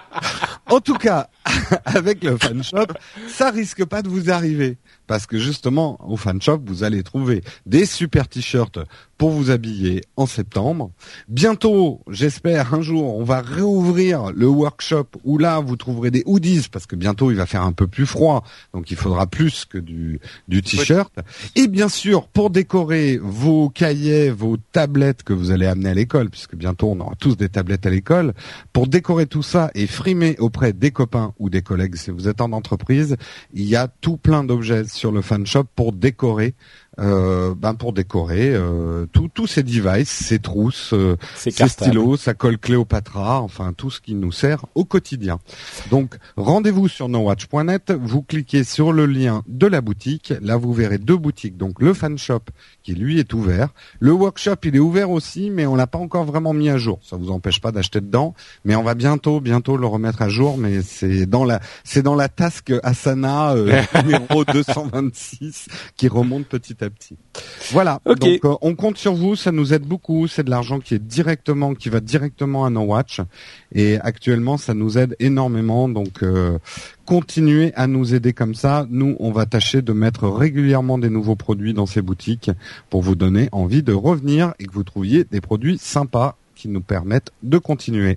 en tout cas, avec le fan shop, ça risque pas de vous arriver. Parce que justement, au fan shop, vous allez trouver des super t-shirts pour vous habiller en septembre. Bientôt, j'espère, un jour, on va réouvrir le workshop où là, vous trouverez des hoodies parce que bientôt, il va faire un peu plus froid. Donc, il faudra plus que du, du t-shirt. Et bien sûr, pour décorer vos cahiers, vos tablettes que vous allez amener à l'école, puisque bientôt, on aura tous des tablettes à l'école, pour décorer tout ça et frimer auprès des copains ou des collègues, si vous êtes en entreprise, il y a tout plein d'objets sur le fan shop pour décorer, euh, ben pour décorer euh, tous tous ces devices, ces trousses, euh, C'est ces cartable. stylos, sa colle Cléopatra, enfin tout ce qui nous sert au quotidien. Donc rendez-vous sur nowatch point net, vous cliquez sur le lien de la boutique, là vous verrez deux boutiques, donc le fan shop qui lui est ouvert, le workshop il est ouvert aussi, mais on l'a pas encore vraiment mis à jour. Ça vous empêche pas d'acheter dedans, mais on va bientôt bientôt le remettre à jour, mais c'est dans la c'est dans la task Asana euh, numéro deux cent vingt-six qui remonte petit à petit. Voilà. Ok. Donc euh, on compte sur vous, ça nous aide beaucoup. C'est de l'argent qui est directement, qui va directement à No Watch, et actuellement ça nous aide énormément. Donc euh, continuez à nous aider comme ça. Nous, on va tâcher de mettre régulièrement des nouveaux produits dans ces boutiques pour vous donner envie de revenir et que vous trouviez des produits sympas qui nous permettent de continuer.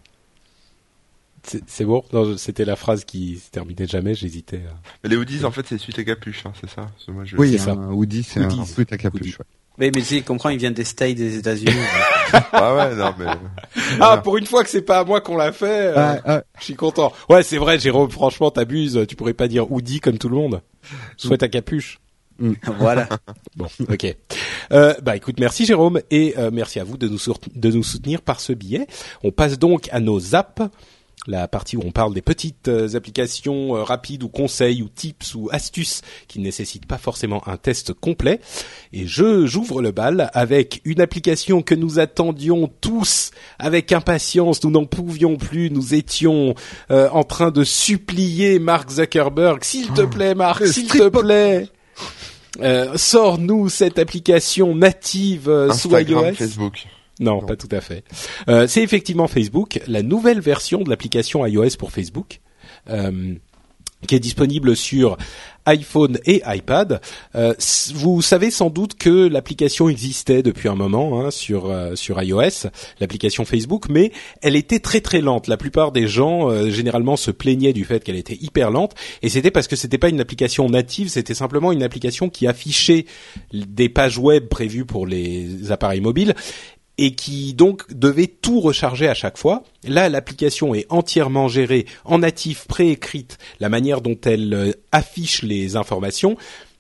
C'est, c'est bon. Non, c'était la phrase qui se terminait jamais. J'hésitais. À... Mais les hoodies, en fait, c'est suite à capuche, hein, c'est ça. Parce que moi, je... Oui, c'est ça. un hoodie, c'est un Hoodies. flûte à capuche. Hoodie. Ouais. Oui, mais tu sais, comprends, il vient des States des États-Unis. Ah ouais, non, mais... Ah, pour une fois que c'est pas à moi qu'on l'a fait, euh, Ouais, ouais. je suis content. Ouais, c'est vrai, Jérôme. Franchement, t'abuses. Tu pourrais pas dire hoodie comme tout le monde. Souhaite à capuche. Voilà. Bon, ok. Euh, bah écoute, merci Jérôme et euh, merci à vous de nous sout- de nous soutenir par ce billet. On passe donc à nos apps, la partie où on parle des petites euh, applications euh, rapides ou conseils ou tips ou astuces qui ne nécessitent pas forcément un test complet. Et je j'ouvre le bal avec une application que nous attendions tous avec impatience. Nous n'en pouvions plus. Nous étions euh, en train de supplier Mark Zuckerberg, s'il te plaît, Mark, le s'il te strip- plaît. Euh, sors-nous cette application native euh, sous Instagram, iOS. Facebook. Non, Non. pas tout à fait. Euh, c'est effectivement Facebook, la nouvelle version de l'application iOS pour Facebook, euh, qui est disponible sur iPhone et iPad. Euh, s- vous savez sans doute que l'application existait depuis un moment hein, sur euh, sur iOS, l'application Facebook, mais elle était très très lente. La plupart des gens euh, généralement se plaignaient du fait qu'elle était hyper lente, et c'était parce que c'était pas une application native, c'était simplement une application qui affichait des pages web prévues pour les appareils mobiles et qui donc devait tout recharger à chaque fois. Là, l'application est entièrement gérée en natif, préécrite, la manière dont elle euh, affiche les informations.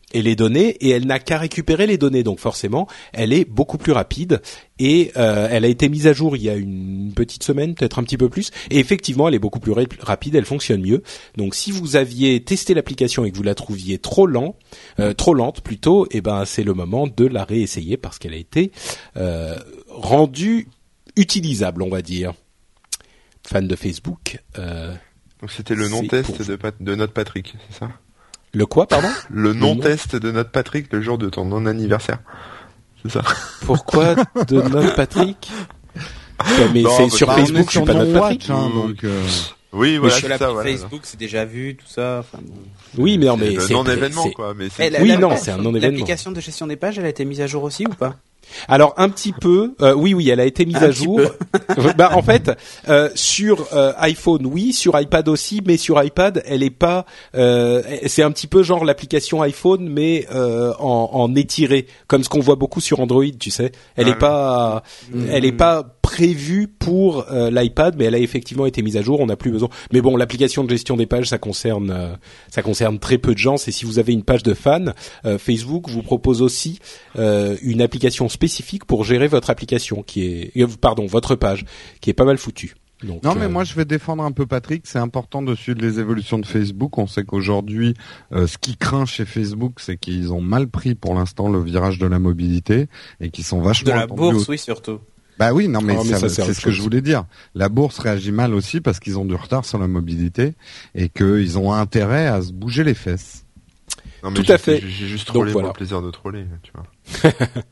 et les données, et elle n'a qu'à récupérer les données. Donc forcément, elle est beaucoup plus rapide, et euh, elle a été mise à jour il y a une petite semaine, peut-être un petit peu plus, et effectivement, elle est beaucoup plus rap- rapide, elle fonctionne mieux. Donc si vous aviez testé l'application et que vous la trouviez trop lent, euh, trop lente plutôt, eh ben c'est le moment de la réessayer parce qu'elle a été euh, rendue utilisable, on va dire. Fan de Facebook. Euh, Donc c'était le non-test pour... de, Pat- de notre Patrick, c'est ça ? Le quoi, pardon ? Le non-test de notre Patrick le jour de ton non-anniversaire. C'est ça. Pourquoi de notre Patrick ? Ouais, mais non, c'est sur Facebook, je suis pas notre Patrick. Hein, donc euh... Oui, voilà, c'est ça. Voilà, Facebook, c'est déjà vu, tout ça. Enfin, bon. Oui, mais non, mais c'est c'est un non-événement, c'est... quoi. Mais c'est... Eh, la, oui, la, non, la, c'est un non-événement. L'application de gestion des pages, elle a été mise à jour aussi ou pas ? Alors un petit peu, euh, oui, oui, elle a été mise un à jour. bah en fait, euh, sur euh, iPhone, oui, sur iPad aussi, mais sur iPad, elle est pas. Euh, c'est un petit peu genre l'application iPhone, mais euh, en, en étiré, comme ce qu'on voit beaucoup sur Android, tu sais. Elle ah, est oui. pas, mmh. elle est pas prévue pour euh, l'iPad, mais elle a effectivement été mise à jour. On n'a plus besoin. Mais bon, l'application de gestion des pages, ça concerne, euh, ça concerne très peu de gens. C'est si vous avez une page de fans, euh, Facebook vous propose aussi euh, une application spécifique pour gérer votre application, qui est, pardon, votre page, qui est pas mal foutue. Donc, non, mais euh... moi je vais défendre un peu Patrick. C'est important de suivre les évolutions de Facebook. On sait qu'aujourd'hui, euh, ce qui craint chez Facebook, c'est qu'ils ont mal pris pour l'instant le virage de la mobilité et qu'ils sont vachement de la bourse, au... oui, surtout. Bah oui, non mais, oh, mais ça, ça, c'est, c'est ce que je voulais dire. La bourse réagit mal aussi parce qu'ils ont du retard sur la mobilité et qu'ils ont intérêt à se bouger les fesses. Non, mais tout à fait. J'ai, j'ai juste trollé voilà. pour le plaisir de troller, tu vois.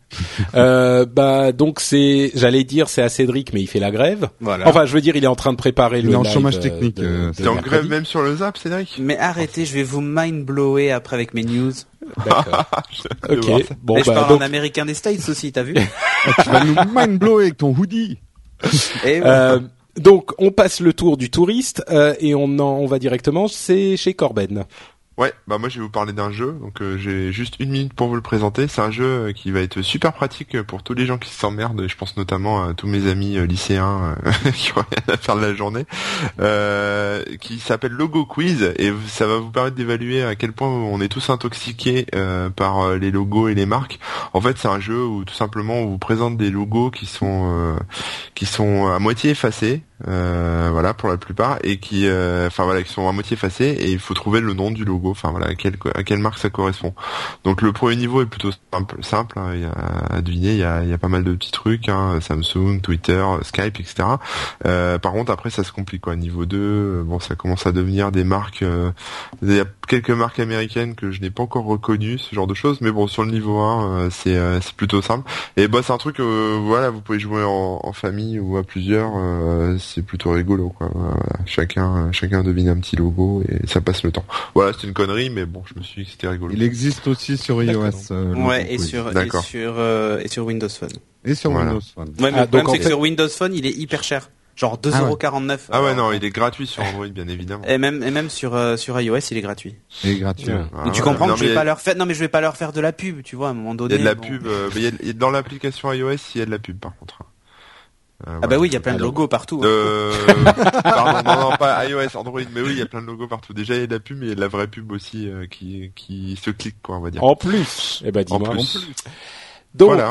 euh, bah donc c'est, j'allais dire c'est à Cédric, mais il fait la grève. Voilà. Enfin, je veux dire, il est en train de préparer il le est en live chômage technique. De, euh, de T'es en grève même sur le Zap, Cédric ? Mais arrêtez, je vais vous mind-blower après avec mes news. D'accord. Ok. Bon, mais je bah, parle donc... en américain des States aussi, t'as vu ? Tu vas nous mind-blower avec ton hoodie. Et ouais. euh, donc on passe le tour du touriste euh, et on en, on va directement c'est chez Corben. Ouais, bah moi je vais vous parler d'un jeu, donc euh, j'ai juste une minute pour vous le présenter. C'est un jeu euh, qui va être super pratique pour tous les gens qui s'emmerdent, je pense notamment à tous mes amis euh, lycéens euh, qui ont rien à faire de la journée, euh, qui s'appelle Logo Quiz, et ça va vous permettre d'évaluer à quel point on est tous intoxiqués euh, par euh, les logos et les marques. En fait, c'est un jeu où tout simplement on vous présente des logos qui sont euh, qui sont à moitié effacés. Euh, voilà pour la plupart et qui euh, enfin voilà qui sont à moitié effacés et il faut trouver le nom du logo, enfin voilà à quelle à quelle marque ça correspond. Donc le premier niveau est plutôt simple, simple hein, il y a à deviner, il y a il y a pas mal de petits trucs hein, Samsung, Twitter, Skype, et cetera. Euh, par contre après ça se complique quoi. Niveau deux, bon ça commence à devenir des marques euh, il y a quelques marques américaines que je n'ai pas encore reconnues, ce genre de choses, mais bon sur le niveau un euh, c'est euh, c'est plutôt simple. Et bah c'est un truc euh, voilà, vous pouvez jouer en, en famille ou à plusieurs, euh, c'est plutôt rigolo quoi. Voilà, chacun chacun devine un petit logo et ça passe le temps. Voilà, c'est une connerie mais bon, je me suis dit que c'était rigolo. Il existe aussi sur iOS. Euh, ouais, et sur, et sur euh, et sur Windows Phone. Et sur voilà. Windows Phone. Ouais, mais ah, le problème donc, c'est que fait... sur Windows Phone, il est hyper cher. Genre deux euros quarante-neuf. Ah ouais, non, il est gratuit sur Android, bien évidemment. Et même, et même sur, euh, sur iOS, il est gratuit. Il est gratuit. Ouais. Ah, Donc tu ouais. comprends non, que je vais a... pas leur faire, non mais je vais pas leur faire de la pub, tu vois, à un moment donné. Il y a de la bon. pub, euh, mais il y a, il y a dans l'application iOS, il y a de la pub, par contre. Euh, ah voilà. bah oui, il y a plein de logos partout. Hein. Euh... Pardon, non, non, pas iOS, Android, mais oui, il y a plein de logos partout. Déjà, il y a de la pub, mais il y a de la vraie pub aussi, euh, qui, qui se clique, quoi, on va dire. En plus. Eh ben, dis-moi. En plus. En plus. Donc. Voilà.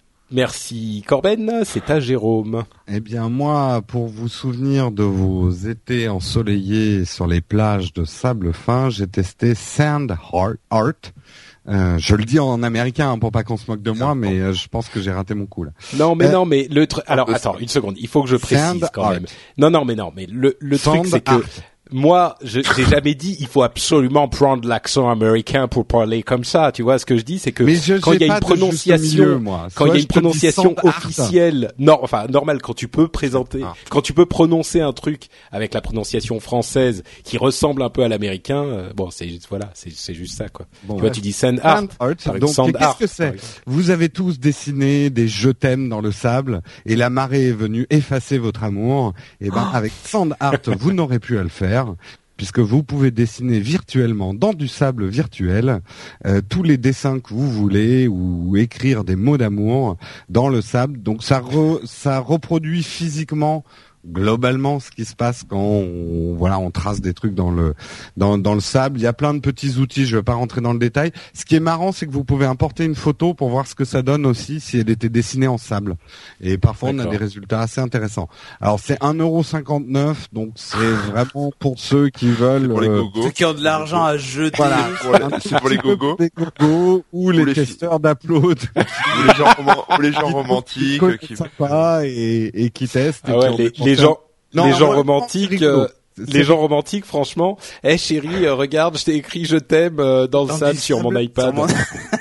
Merci Corben, c'est à Jérôme. Eh bien moi, pour vous souvenir de vos étés ensoleillés sur les plages de sable fin, j'ai testé Sand Art. Euh, je le dis en américain hein, pour pas qu'on se moque de moi, mais euh, je pense que j'ai raté mon coup là. Non mais euh, non mais le truc. Alors attends une seconde, il faut que je précise quand art. même. Non non mais non mais le le Sand truc c'est que. art. Moi, je j'ai jamais dit il faut absolument prendre l'accent américain pour parler comme ça. Tu vois ce que je dis, c'est que je, quand il y a une prononciation, milieu, moi. quand il y a une je prononciation officielle, non, enfin normal quand tu peux présenter, ah. quand tu peux prononcer un truc avec la prononciation française qui ressemble un peu à l'américain, euh, bon c'est voilà, c'est c'est juste ça quoi. Bon, tu ouais. vois, tu dis sand art. art. Par Donc sand qu'est-ce art, que c'est ? Vous avez tous dessiné des je t'aime dans le sable et la marée est venue effacer votre amour. Et ben oh. avec Sand Art, vous n'aurez plus à le faire. Puisque vous pouvez dessiner virtuellement dans du sable virtuel euh, tous les dessins que vous voulez ou écrire des mots d'amour dans le sable. Donc ça re, ça reproduit physiquement globalement ce qui se passe quand on, voilà, on trace des trucs dans le dans dans le sable. Il y a plein de petits outils, je vais pas rentrer dans le détail. Ce qui est marrant, c'est que vous pouvez importer une photo pour voir ce que ça donne aussi si elle était dessinée en sable. Et parfois D'accord. on a des résultats assez intéressants. Alors c'est un euro cinquante-neuf, donc c'est vraiment pour ceux qui veulent pour les gogos. Ceux qui ont de l'argent à jeter. Voilà, pour les, c'est pour les gogos. Les gogos ou, ou les, les testeurs d'upload. ou les gens ou les gens romantiques qui, qui sympa et, et qui testent. Ah et ouais, qui les, les gens, non, les non, gens moi, romantiques, euh, les gens romantiques, franchement. Eh hey, chérie, euh, regarde, je t'ai écrit je t'aime euh, dans, dans le sable sur mon iPad. Sur mon...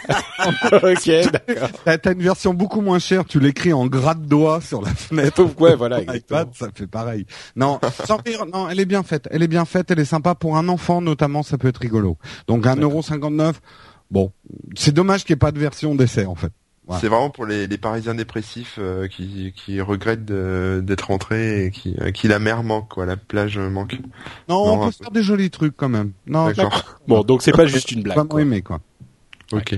ok, d'accord. T'as, t'as une version beaucoup moins chère. Tu l'écris en gras de doigt sur la fenêtre. ouais, voilà. Exactement. iPad, ça fait pareil. Non, sans rire, non, elle est bien faite. Elle est bien faite. Elle est sympa pour un enfant, notamment. Ça peut être rigolo. Donc un euro cinquante-neuf. Bon, c'est dommage qu'il n'y ait pas de version d'essai en fait. Ouais. C'est vraiment pour les, les Parisiens dépressifs euh, qui, qui regrettent de, d'être rentrés et qui, euh, qui la mer manque, quoi, la plage manque. Non, non on peut faire des jolis trucs quand même. Non, d'accord. Bon, donc c'est pas juste une blague. Vraiment quoi. Aimé quoi. Ok.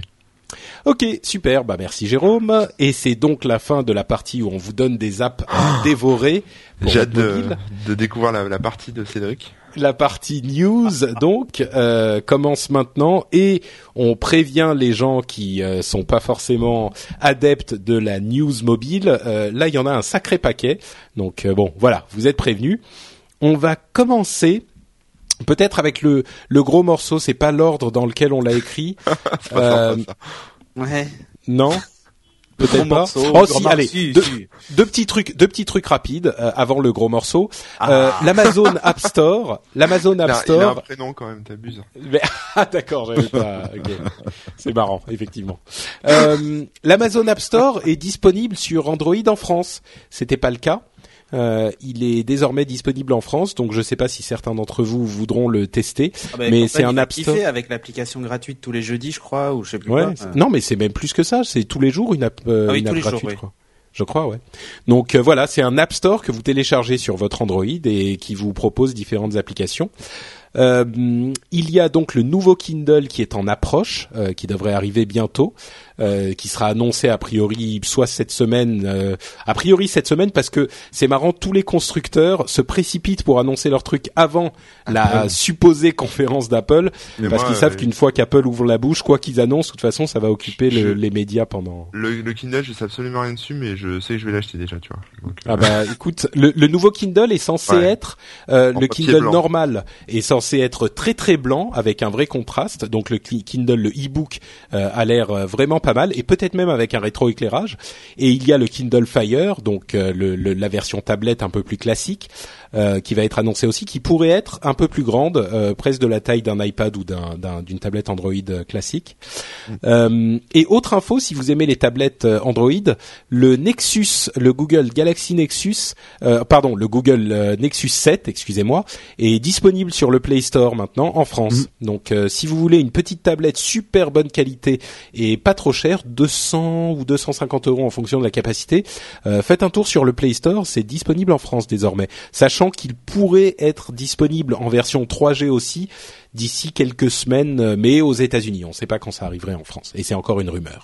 Ok, super. Bah merci Jérôme. Et c'est donc la fin de la partie où on vous donne des apps à dévorer. J'ai hâte de, de découvrir la, la partie de Cédric. La partie news donc euh, commence maintenant et on prévient les gens qui euh, sont pas forcément adeptes de la news mobile. Euh, là, il y en a un sacré paquet. Donc euh, bon, voilà, vous êtes prévenus. On va commencer peut-être avec le le gros morceau. C'est pas l'ordre dans lequel on l'a écrit. c'est pas euh, ça. Ouais. Non. Peut-être pas. Morceau, oh si, allez, si, deux, si. deux petits trucs, deux petits trucs rapides euh, avant le gros morceau. Ah. Euh, L'Amazon App Store, l'Amazon App il a, Store. Il a un prénom quand même, t'abuses. Mais, ah d'accord, j'avais pas. Okay. C'est marrant, effectivement. Euh, L'Amazon App Store est disponible sur Android en France. C'était pas le cas. Euh, il est désormais disponible en France, donc je sais pas si certains d'entre vous voudront le tester, ah bah, mais c'est un App Store avec l'application gratuite tous les jeudis, je crois, ou je sais plus ouais, quoi. Non, mais c'est même plus que ça, c'est tous les jours une app, euh, ah oui, une tous app les gratuite, jours, oui. je crois. Je crois, ouais. Donc euh, voilà, c'est un App Store que vous téléchargez sur votre Android et qui vous propose différentes applications. Euh, il y a donc le nouveau Kindle qui est en approche, euh, qui devrait arriver bientôt, euh, qui sera annoncé a priori soit cette semaine, euh, a priori cette semaine parce que c'est marrant, tous les constructeurs se précipitent pour annoncer leur truc avant la supposée conférence d'Apple, Mais parce moi, qu'ils savent euh, qu'une fois qu'Apple ouvre la bouche, quoi qu'ils annoncent, de toute façon ça va occuper je... le, les médias pendant. Le, le Kindle, je sais absolument rien dessus, mais je sais que je vais l'acheter déjà, tu vois. Donc, ah bah écoute, le, le nouveau Kindle est censé ouais. être euh, le Kindle blanc. normal est censé être très très blanc avec un vrai contraste. Donc le Kindle, le e-book euh, a l'air euh, vraiment pas mal et peut-être même avec un rétroéclairage. Et il y a le Kindle Fire, donc euh, le, le, la version tablette un peu plus classique, euh, qui va être annoncée aussi, qui pourrait être un peu plus grande, euh, presque de la taille d'un iPad ou d'un, d'un, d'une tablette Android classique. Mmh. Euh, et autre info, si vous aimez les tablettes Android, le Nexus, le Google Galaxy Nexus, euh, pardon, le Google euh, Nexus sept, excusez-moi, est disponible sur le Play Store maintenant en France. Mmh. Donc euh, si vous voulez une petite tablette super bonne qualité et pas trop chère, deux cents ou deux cent cinquante euros en fonction de la capacité, euh, faites un tour sur le Play Store, c'est disponible en France désormais. Sachant qu'il pourrait être disponible en version trois G aussi d'ici quelques semaines, mais aux États-Unis. On ne sait pas quand ça arriverait en France. Et c'est encore une rumeur.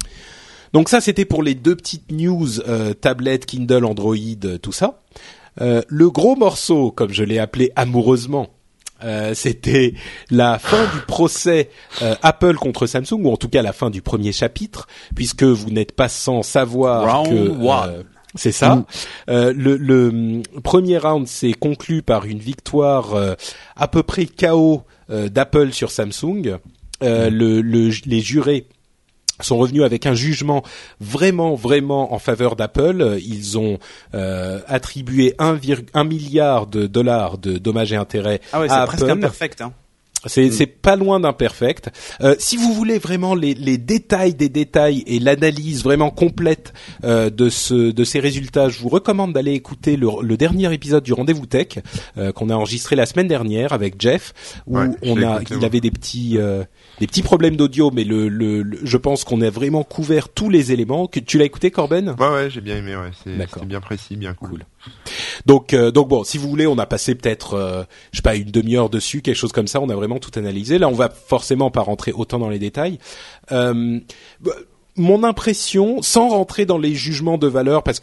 Donc ça, c'était pour les deux petites news, euh, tablette, Kindle, Android, tout ça. Euh, le gros morceau, comme je l'ai appelé amoureusement, Euh, c'était la fin du procès euh, Apple contre Samsung, ou en tout cas la fin du premier chapitre, puisque vous n'êtes pas sans savoir Round que euh, c'est ça. Mmh. Euh, le, le premier round s'est conclu par une victoire euh, à peu près K O euh, d'Apple sur Samsung. Euh, mmh. le, le, les jurés sont revenus avec un jugement vraiment vraiment en faveur d'Apple. Ils ont euh, attribué un, un milliard de dollars de dommages et intérêts ah ouais, à c'est Apple. Presque imperfect, hein. C'est, c'est pas loin d'imperfect. Euh, si vous voulez vraiment les, les détails des détails et l'analyse vraiment complète euh, de ce de ces résultats, je vous recommande d'aller écouter le, le dernier épisode du Rendez-vous Tech euh, qu'on a enregistré la semaine dernière avec Jeff, où ouais, on a écouté, il ouais. avait des petits euh, des petits problèmes d'audio, mais le, le, le je pense qu'on a vraiment couvert tous les éléments. Que tu l'as écouté, Corben? Ouais ouais, j'ai bien aimé. Ouais, c'est, c'était bien précis, bien cool. cool. Donc euh, donc bon, si vous voulez, on a passé peut-être euh, je sais pas une demi-heure dessus, quelque chose comme ça. On a vraiment tout analysé. Là, on va forcément pas rentrer autant dans les détails. Euh, mon impression, sans rentrer dans les jugements de valeur, parce que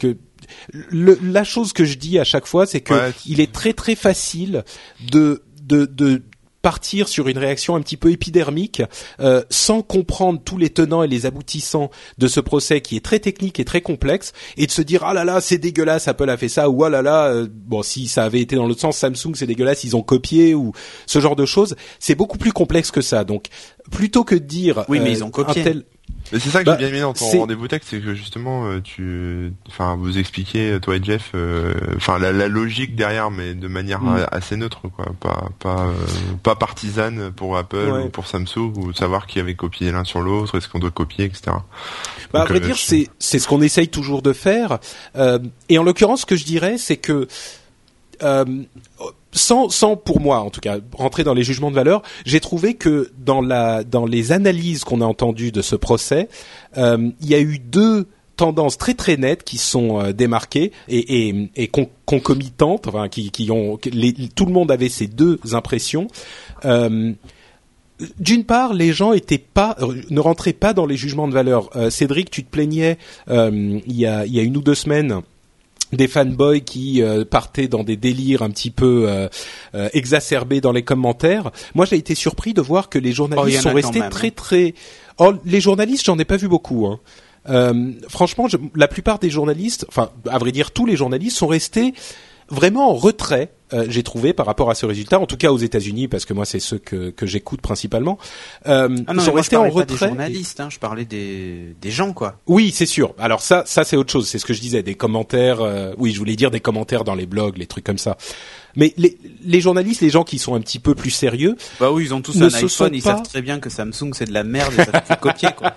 le, la chose que je dis à chaque fois, c'est que ouais, il est très très facile de de de partir sur une réaction un petit peu épidermique euh, sans comprendre tous les tenants et les aboutissants de ce procès qui est très technique et très complexe, et de se dire ah là là c'est dégueulasse, Apple a fait ça, ou ah là là euh, bon si ça avait été dans l'autre sens, Samsung c'est dégueulasse, ils ont copié, ou ce genre de choses. C'est beaucoup plus complexe que ça. Donc plutôt que de dire oui mais euh, ils ont copié. un tel... Mais c'est ça que bah, j'ai bien aimé dans ton c'est... rendez-vous tech, c'est que justement euh, tu, enfin vous expliquez toi et Jeff, euh, enfin la, la logique derrière, mais de manière mm. assez neutre, quoi, pas pas euh, pas partisane pour Apple ouais. ou pour Samsung, ou savoir qui avait copié l'un sur l'autre, est-ce qu'on doit copier, et cetera. Bah, Donc, à vrai euh, dire, je... c'est c'est ce qu'on essaye toujours de faire. Euh, et en l'occurrence, ce que je dirais, c'est que euh, sans, sans pour moi en tout cas rentrer dans les jugements de valeur, j'ai trouvé que dans la dans les analyses qu'on a entendues de ce procès, euh, il y a eu deux tendances très très nettes qui sont euh, démarquées et, et, et con, concomitantes, enfin qui, qui ont les, tout le monde avait ces deux impressions. Euh, D'une part, les gens étaient pas, ne rentraient pas dans les jugements de valeur. Euh, Cédric, tu te plaignais euh, il y a il y a une ou deux semaines des fanboys qui euh, partaient dans des délires un petit peu euh, euh, exacerbés dans les commentaires. Moi, j'ai été surpris de voir que les journalistes oh, sont restés même, très, très... Oh, les journalistes, j'en ai pas vu beaucoup. Hein. Euh, franchement, je... la plupart des journalistes, enfin, à vrai dire, tous les journalistes sont restés vraiment en retrait, euh, j'ai trouvé, par rapport à ce résultat, en tout cas aux États-Unis, parce que moi c'est ceux que, que j'écoute principalement. Euh, ah non, ils sont restés en retrait. Pas des journalistes, hein, je parlais des des gens, quoi. Oui, c'est sûr. Alors ça, ça c'est autre chose. C'est ce que je disais, des commentaires. Euh, oui, je voulais dire des commentaires dans les blogs, les trucs comme ça. Mais les, les journalistes, les gens qui sont un petit peu plus sérieux, bah oui, ils ont tous un iPhone, ils pas... savent très bien que Samsung c'est de la merde et ça te fait copier, quoi.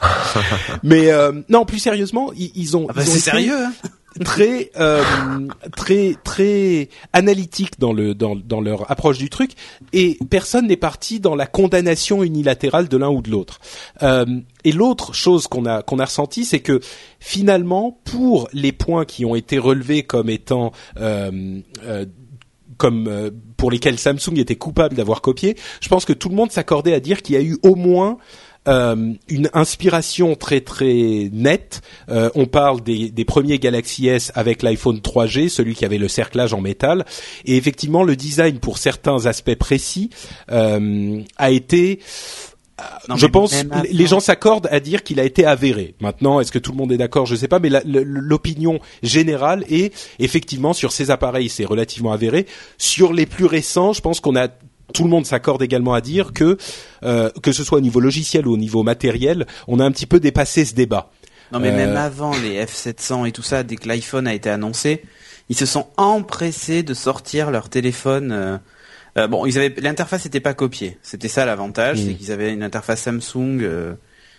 Mais euh, non, plus sérieusement, ils, ils ont. Ah bah ils ont c'est été... sérieux. Hein. très euh, très très analytique dans le dans dans leur approche du truc, et personne n'est parti dans la condamnation unilatérale de l'un ou de l'autre. Euh, et l'autre chose qu'on a qu'on a ressenti, c'est que finalement, pour les points qui ont été relevés comme étant euh, euh, comme euh, pour lesquels Samsung était coupable d'avoir copié, je pense que tout le monde s'accordait à dire qu'il y a eu au moins Euh, une inspiration très très nette. Euh, on parle des, des premiers Galaxy S avec l'iPhone trois G, celui qui avait le cerclage en métal, et effectivement le design pour certains aspects précis euh, a été, non, je pense, les, les gens s'accordent à dire qu'il a été avéré. Maintenant, est-ce que tout le monde est d'accord? Je sais pas, mais la, l'opinion générale est effectivement sur ces appareils, c'est relativement avéré. Sur les plus récents, je pense qu'on a tout le monde s'accorde également à dire que euh, que ce soit au niveau logiciel ou au niveau matériel, on a un petit peu dépassé ce débat. Non mais euh... même avant les F sept cents et tout ça, dès que l'iPhone a été annoncé, ils se sont empressés de sortir leur téléphone. Euh, euh, bon, ils avaient l'interface n'était pas copiée. C'était ça l'avantage, mmh. c'est qu'ils avaient une interface Samsung euh,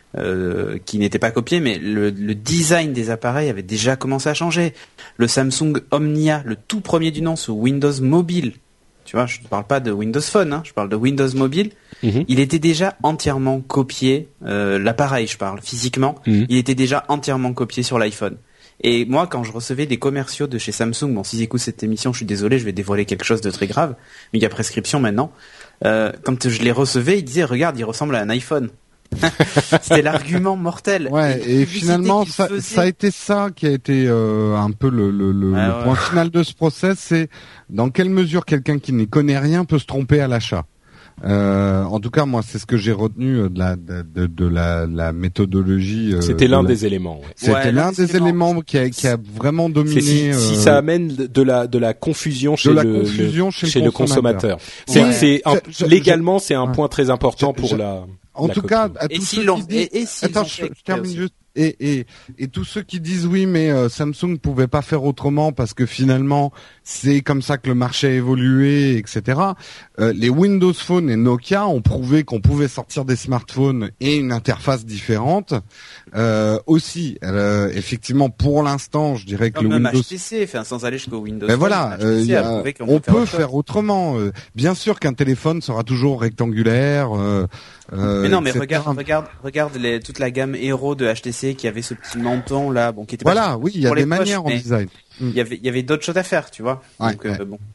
euh, qui n'était pas copiée, mais le, le design des appareils avait déjà commencé à changer. Le Samsung Omnia, le tout premier du nom sous Windows Mobile. Tu vois, je ne parle pas de Windows Phone, hein, je parle de Windows Mobile. Mmh. Il était déjà entièrement copié, euh, l'appareil, je parle, physiquement. Mmh. Il était déjà entièrement copié sur l'iPhone. Et moi, quand je recevais des commerciaux de chez Samsung, bon, s'ils écoutent cette émission, je suis désolé, je vais dévoiler quelque chose de très grave, mais il y a prescription maintenant. Euh, quand je les recevais, ils disaient, regarde, il ressemble à un iPhone. C'était l'argument mortel. Ouais, et, et finalement, ça, faisait... ça a été ça qui a été euh, un peu le, le, le, ah, le ouais. point final de ce process, c'est dans quelle mesure quelqu'un qui n'y connaît rien peut se tromper à l'achat. Euh, en tout cas, moi, c'est ce que j'ai retenu de la de, de, de la, la méthodologie. Euh, C'était l'un la... des éléments. Ouais. C'était ouais, l'un des éléments qui a, qui a vraiment dominé. Si, euh... si ça amène de la de la confusion chez la le, confusion le chez, chez le consommateur. consommateur. C'est, ouais. c'est un, je, légalement, je, c'est un ouais. point très important je, pour je, la. En la tout copie. cas, à et tous s'ils ceux l'ont, qui disent... et, et s'ils Attends, ont je, je termine juste. Et, et, et tous ceux qui disent oui, mais euh, Samsung pouvait pas faire autrement parce que finalement c'est comme ça que le marché a évolué, et cetera. Euh, les Windows Phone et Nokia ont prouvé qu'on pouvait sortir des smartphones et une interface différente. Euh, aussi, euh, effectivement, pour l'instant, je dirais que Comme le même Windows. H T C, enfin, sans aller jusqu'au Windows Ben Phone, voilà, H T C euh, a a, prouvé qu'on on peut, peut faire, faire autrement. Euh, bien sûr qu'un téléphone sera toujours rectangulaire. Euh, euh, mais non, mais et cetera. regarde, regarde, regarde les, toute la gamme Hero de H T C qui avait ce petit menton là, bon, qui était. Voilà, pas oui, il y a des manières en design. Il y avait, il y avait d'autres choses à faire, tu vois. Ouais, Donc ouais. euh, bon,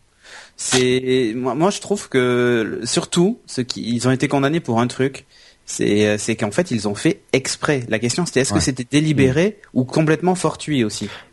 c'est moi, moi je trouve que surtout ceux qui ils ont été condamnés pour un truc. C'est, c'est qu'en fait ils ont fait exprès. La question c'était est-ce ouais. que c'était délibéré mmh. ou complètement fortuit aussi.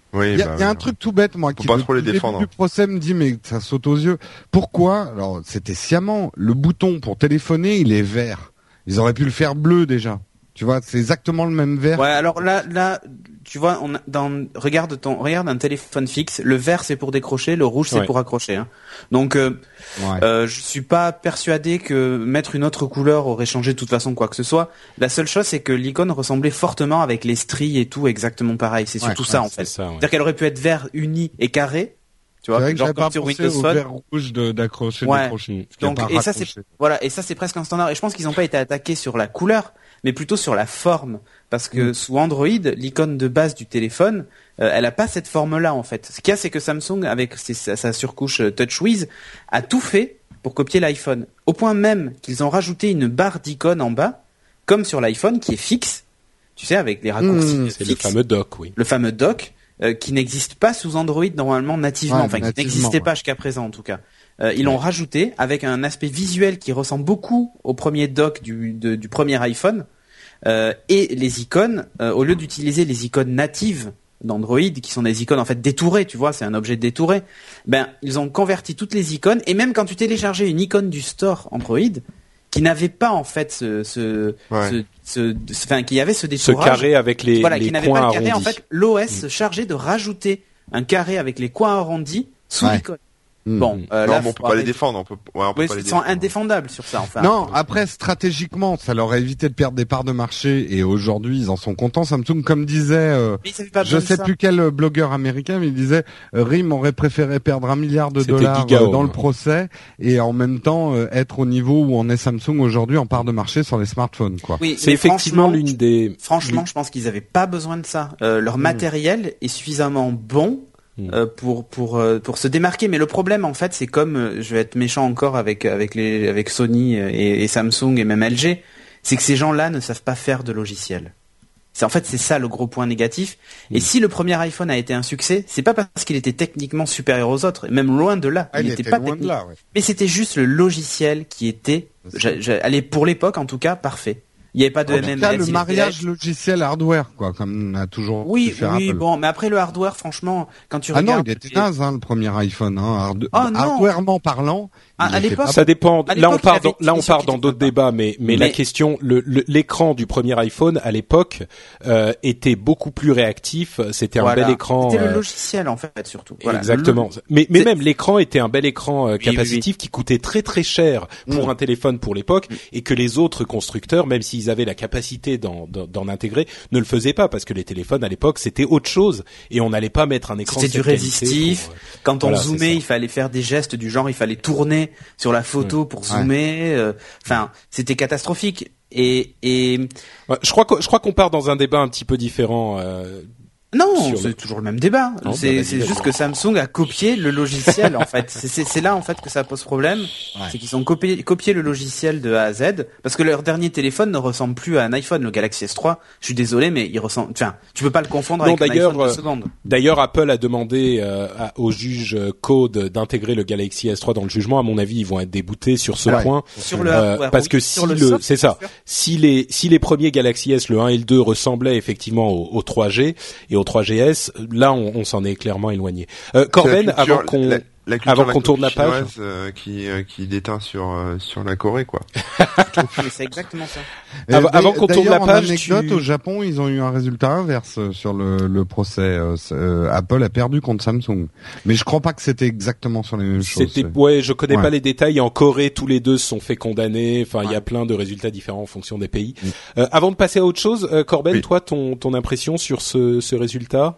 Oui, Il y a, bah, y a oui. un truc tout bête, moi, Faut qui pas depuis trop les le début défendre. du procès me dit, mais ça saute aux yeux. Pourquoi? Alors, c'était sciemment. Le bouton pour téléphoner, il est vert. Ils auraient pu le faire bleu déjà. Tu vois, c'est exactement le même vert. Ouais, alors là, là, tu vois, on a, dans, regarde ton, regarde un téléphone fixe. Le vert c'est pour décrocher, le rouge c'est Ouais. pour accrocher. Hein. Donc, euh, Ouais. euh, je suis pas persuadé que mettre une autre couleur aurait changé de toute façon quoi que ce soit. La seule chose c'est que l'icône ressemblait fortement avec les stries et tout exactement pareil. C'est surtout Ouais, ça ouais, en fait. C'est ça, ouais. C'est-à-dire qu'elle aurait pu être vert uni et carré. Tu C'est vois, vrai que genre j'avais comme pas sur pensé Windows au Phone. vert rouge de, d'accrocher, Ouais. décrocher. Parce qu'il y a Donc, pas et ça c'est raccroché. voilà, et ça c'est presque un standard. Et je pense qu'ils n'ont pas été attaqués sur la couleur, mais plutôt sur la forme, parce que Mm. sous Android, l'icône de base du téléphone, euh, elle a pas cette forme-là en fait. Ce qu'il y a, c'est que Samsung, avec ses- sa, sa surcouche euh, TouchWiz, a tout fait pour copier l'iPhone, au point même qu'ils ont rajouté une barre d'icônes en bas, comme sur l'iPhone, qui est fixe. Tu sais, avec les raccourcis Mm. C'est le fixes, fameux dock, oui. le fameux dock. Euh, qui n'existe pas sous Android normalement nativement, Ouais, enfin qui nativement, n'existait ouais. pas jusqu'à présent en tout cas. Euh, ils l'ont rajouté avec un aspect visuel qui ressemble beaucoup au premier dock du, de- du premier iPhone. Euh, et les icônes, euh, au lieu d'utiliser les icônes natives d'Android, qui sont des icônes en fait détourées, tu vois, c'est un objet détouré, ben ils ont converti toutes les icônes, et même quand tu téléchargeais une icône du store Android, qui n'avait pas en fait ce, ce, Ouais. ce, ce- ce- enfin qui avait ce Ce détourage, carré avec les, voilà, les qui n'avait coins pas le carré. arrondis. En fait, l'O S se chargeait de rajouter un carré avec les coins arrondis sous Ouais. l'icône. Mm. Bon, euh, non, là, mais on faut peut pas les arrêter. défendre. On peut, ouais, on peut Oui, pas les ils sont défendre. indéfendables sur ça. Enfin, Non, après stratégiquement, ça leur a évité de perdre des parts de marché et aujourd'hui ils en sont contents. Samsung, comme disait, euh, mais ils avaient pas je besoin de sais ça. plus quel euh, blogueur américain, mais il disait euh, RIM aurait préféré perdre un milliard de C'était dollars Giga euh, Home. dans le procès et en même temps euh, être au niveau où en est Samsung aujourd'hui en part de marché sur les smartphones, quoi. Oui, C'est mais effectivement franchement, l'une des. Franchement, je pense qu'ils avaient pas besoin de ça. Euh, leur Mm. matériel est suffisamment bon Mm. euh, pour pour euh, pour se démarquer. Mais le problème, en fait, c'est comme euh, je vais être méchant encore avec avec les avec Sony et, et Samsung et même L G, c'est que ces gens-là ne savent pas faire de logiciel. C'est en fait c'est ça le gros point négatif. Et Mm. si le premier iPhone a été un succès, c'est pas parce qu'il était techniquement supérieur aux autres, et même loin de là. Ah, il il était était pas loin de technique. là, ouais. Mais c'était juste le logiciel qui était, j'ai- j'ai- allez, pour l'époque en tout cas, parfait. Il n'y avait pas de En M tout M cas, S, le il y avait- mariage logiciel-hardware, quoi, comme on a toujours Oui, pu faire oui, Apple. bon, mais après le hardware, franchement, quand tu Ah non, regardes, il était les- naze, hein, le premier iPhone, hein, hard... Oh, non. hardwarement parlant. Ah, il à était l'époque, pas Ça dépend. À Là, on l'époque, part il avait dans, là, on une part qui dans était d'autres sympa. débats, mais, mais la Mais- question, le, le- l'écran du premier iPhone à l'époque euh, était beaucoup plus réactif. C'était un voilà. bel écran. C'était le euh, logiciel en fait surtout. Voilà. Exactement. Le- Mais, mais c'est- même l'écran était un bel écran euh, Oui, oui, capacitif qui coûtait très très cher pour Mm. un téléphone pour l'époque Mm. et que les autres constructeurs, même s'ils avaient la capacité d'en, d'en, d'en intégrer, ne le faisaient pas parce que les téléphones à l'époque c'était autre chose et on n'allait pas mettre un écran. C'était de du cette qualité résistif. pour, euh, Quand on Voilà, c'est zoomait, ça. il fallait faire des gestes du genre, il fallait tourner sur la photo pour zoomer. euh, Enfin, c'était catastrophique. Et, et Ouais, je crois que, je crois qu'on part dans un débat un petit peu différent. Euh, non, Sur c'est le- toujours le même débat. Non, bah, c'est vas-y, c'est vas-y. juste que Samsung a copié le logiciel en fait. C'est- C'est c'est là en fait que ça pose problème. C'est qu'ils ont copié, copié le logiciel de A à Z parce que leur dernier téléphone ne ressemble plus à un iPhone, le Galaxy S trois. Je suis désolé, mais il ressemble. Enfin, tu peux pas le confondre Non, avec un d'ailleurs, iPhone de euh, seconde. D'ailleurs, Apple a demandé euh, à- au juge euh, Code d'intégrer le Galaxy S trois dans le jugement. À mon avis, ils vont être déboutés sur ce Ouais. point. Sur le Euh, hardware, parce oui. que si Sur le le, soft, c'est ça, bien sûr. si les si les premiers Galaxy S, le un et le deux ressemblaient effectivement au, au trois G et au trois G S, là on, on s'en est clairement éloigné. Euh, Corben, C'est la culture- avant qu'on la, la culture avant de la qu'on tourne la copie page. chinoise, euh, qui euh, qui déteint sur euh, sur la Corée, quoi. Mais c'est exactement ça. Et Avant- d'a- avant qu'on tourne d'ailleurs, la page, en anecdote, tu- au Japon, ils ont eu un résultat inverse euh, sur le, le procès. euh, c'est- euh, Apple a perdu contre Samsung. Mais je crois pas que c'était exactement sur les mêmes choses. C'était ouais, je connais Ouais. pas les détails. En Corée, tous les deux se sont fait condamner. Enfin, il y a Ouais. plein de résultats différents en fonction des pays. Mm. Euh, avant de passer à autre chose, euh, Corben, Oui. toi, ton ton impression sur ce ce résultat?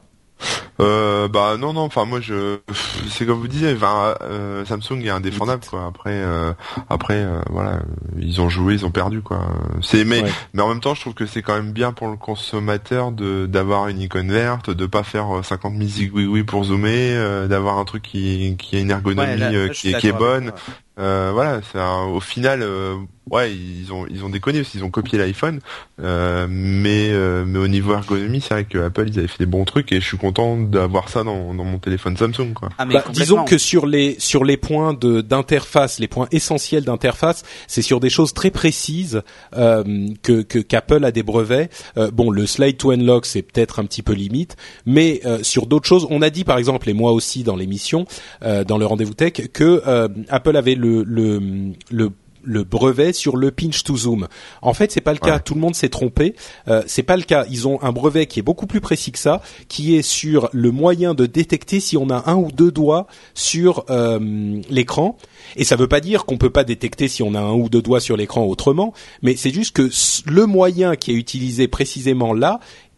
Euh, bah non non, enfin moi je, c'est comme vous disiez, enfin, euh, Samsung est indéfendable, quoi. Après euh, après euh, voilà, ils ont joué, ils ont perdu, quoi. C'est mais Ouais. mais en même temps, je trouve que c'est quand même bien pour le consommateur de d'avoir une icône verte, de pas faire euh, cinquante mille zigouigouis pour zoomer, euh, d'avoir un truc qui qui a une ergonomie Ouais, là- euh, là, je suis qui est qui est d'accord avec bonne. toi. Euh, voilà, c'est un, au final, euh, ouais, ils ont ils ont déconné parce qu'ils ont copié l'iPhone, euh, mais euh, mais au niveau ergonomie, c'est vrai que Apple ils avaient fait des bons trucs et je suis content d'avoir ça dans dans mon téléphone Samsung, quoi. Ah, mais Bah, disons que sur les sur les points de d'interface, les points essentiels d'interface, c'est sur des choses très précises euh, que que qu'Apple a des brevets. Euh, bon, le slide to unlock c'est peut-être un petit peu limite, mais euh, sur d'autres choses, on a dit par exemple et moi aussi dans l'émission, euh, dans le rendez-vous tech, que euh, Apple avait le le le le brevet sur le pinch to zoom. En fait, c'est pas le cas. Ouais. Tout le monde s'est trompé. Euh, c'est pas le cas. Ils ont un brevet qui est beaucoup plus précis que ça, qui est sur le moyen de détecter si on a un ou deux doigts sur euh, l'écran. Et ça veut pas dire qu'on peut pas détecter si on a un ou deux doigts sur l'écran autrement, mais c'est juste que le moyen qui est utilisé précisément là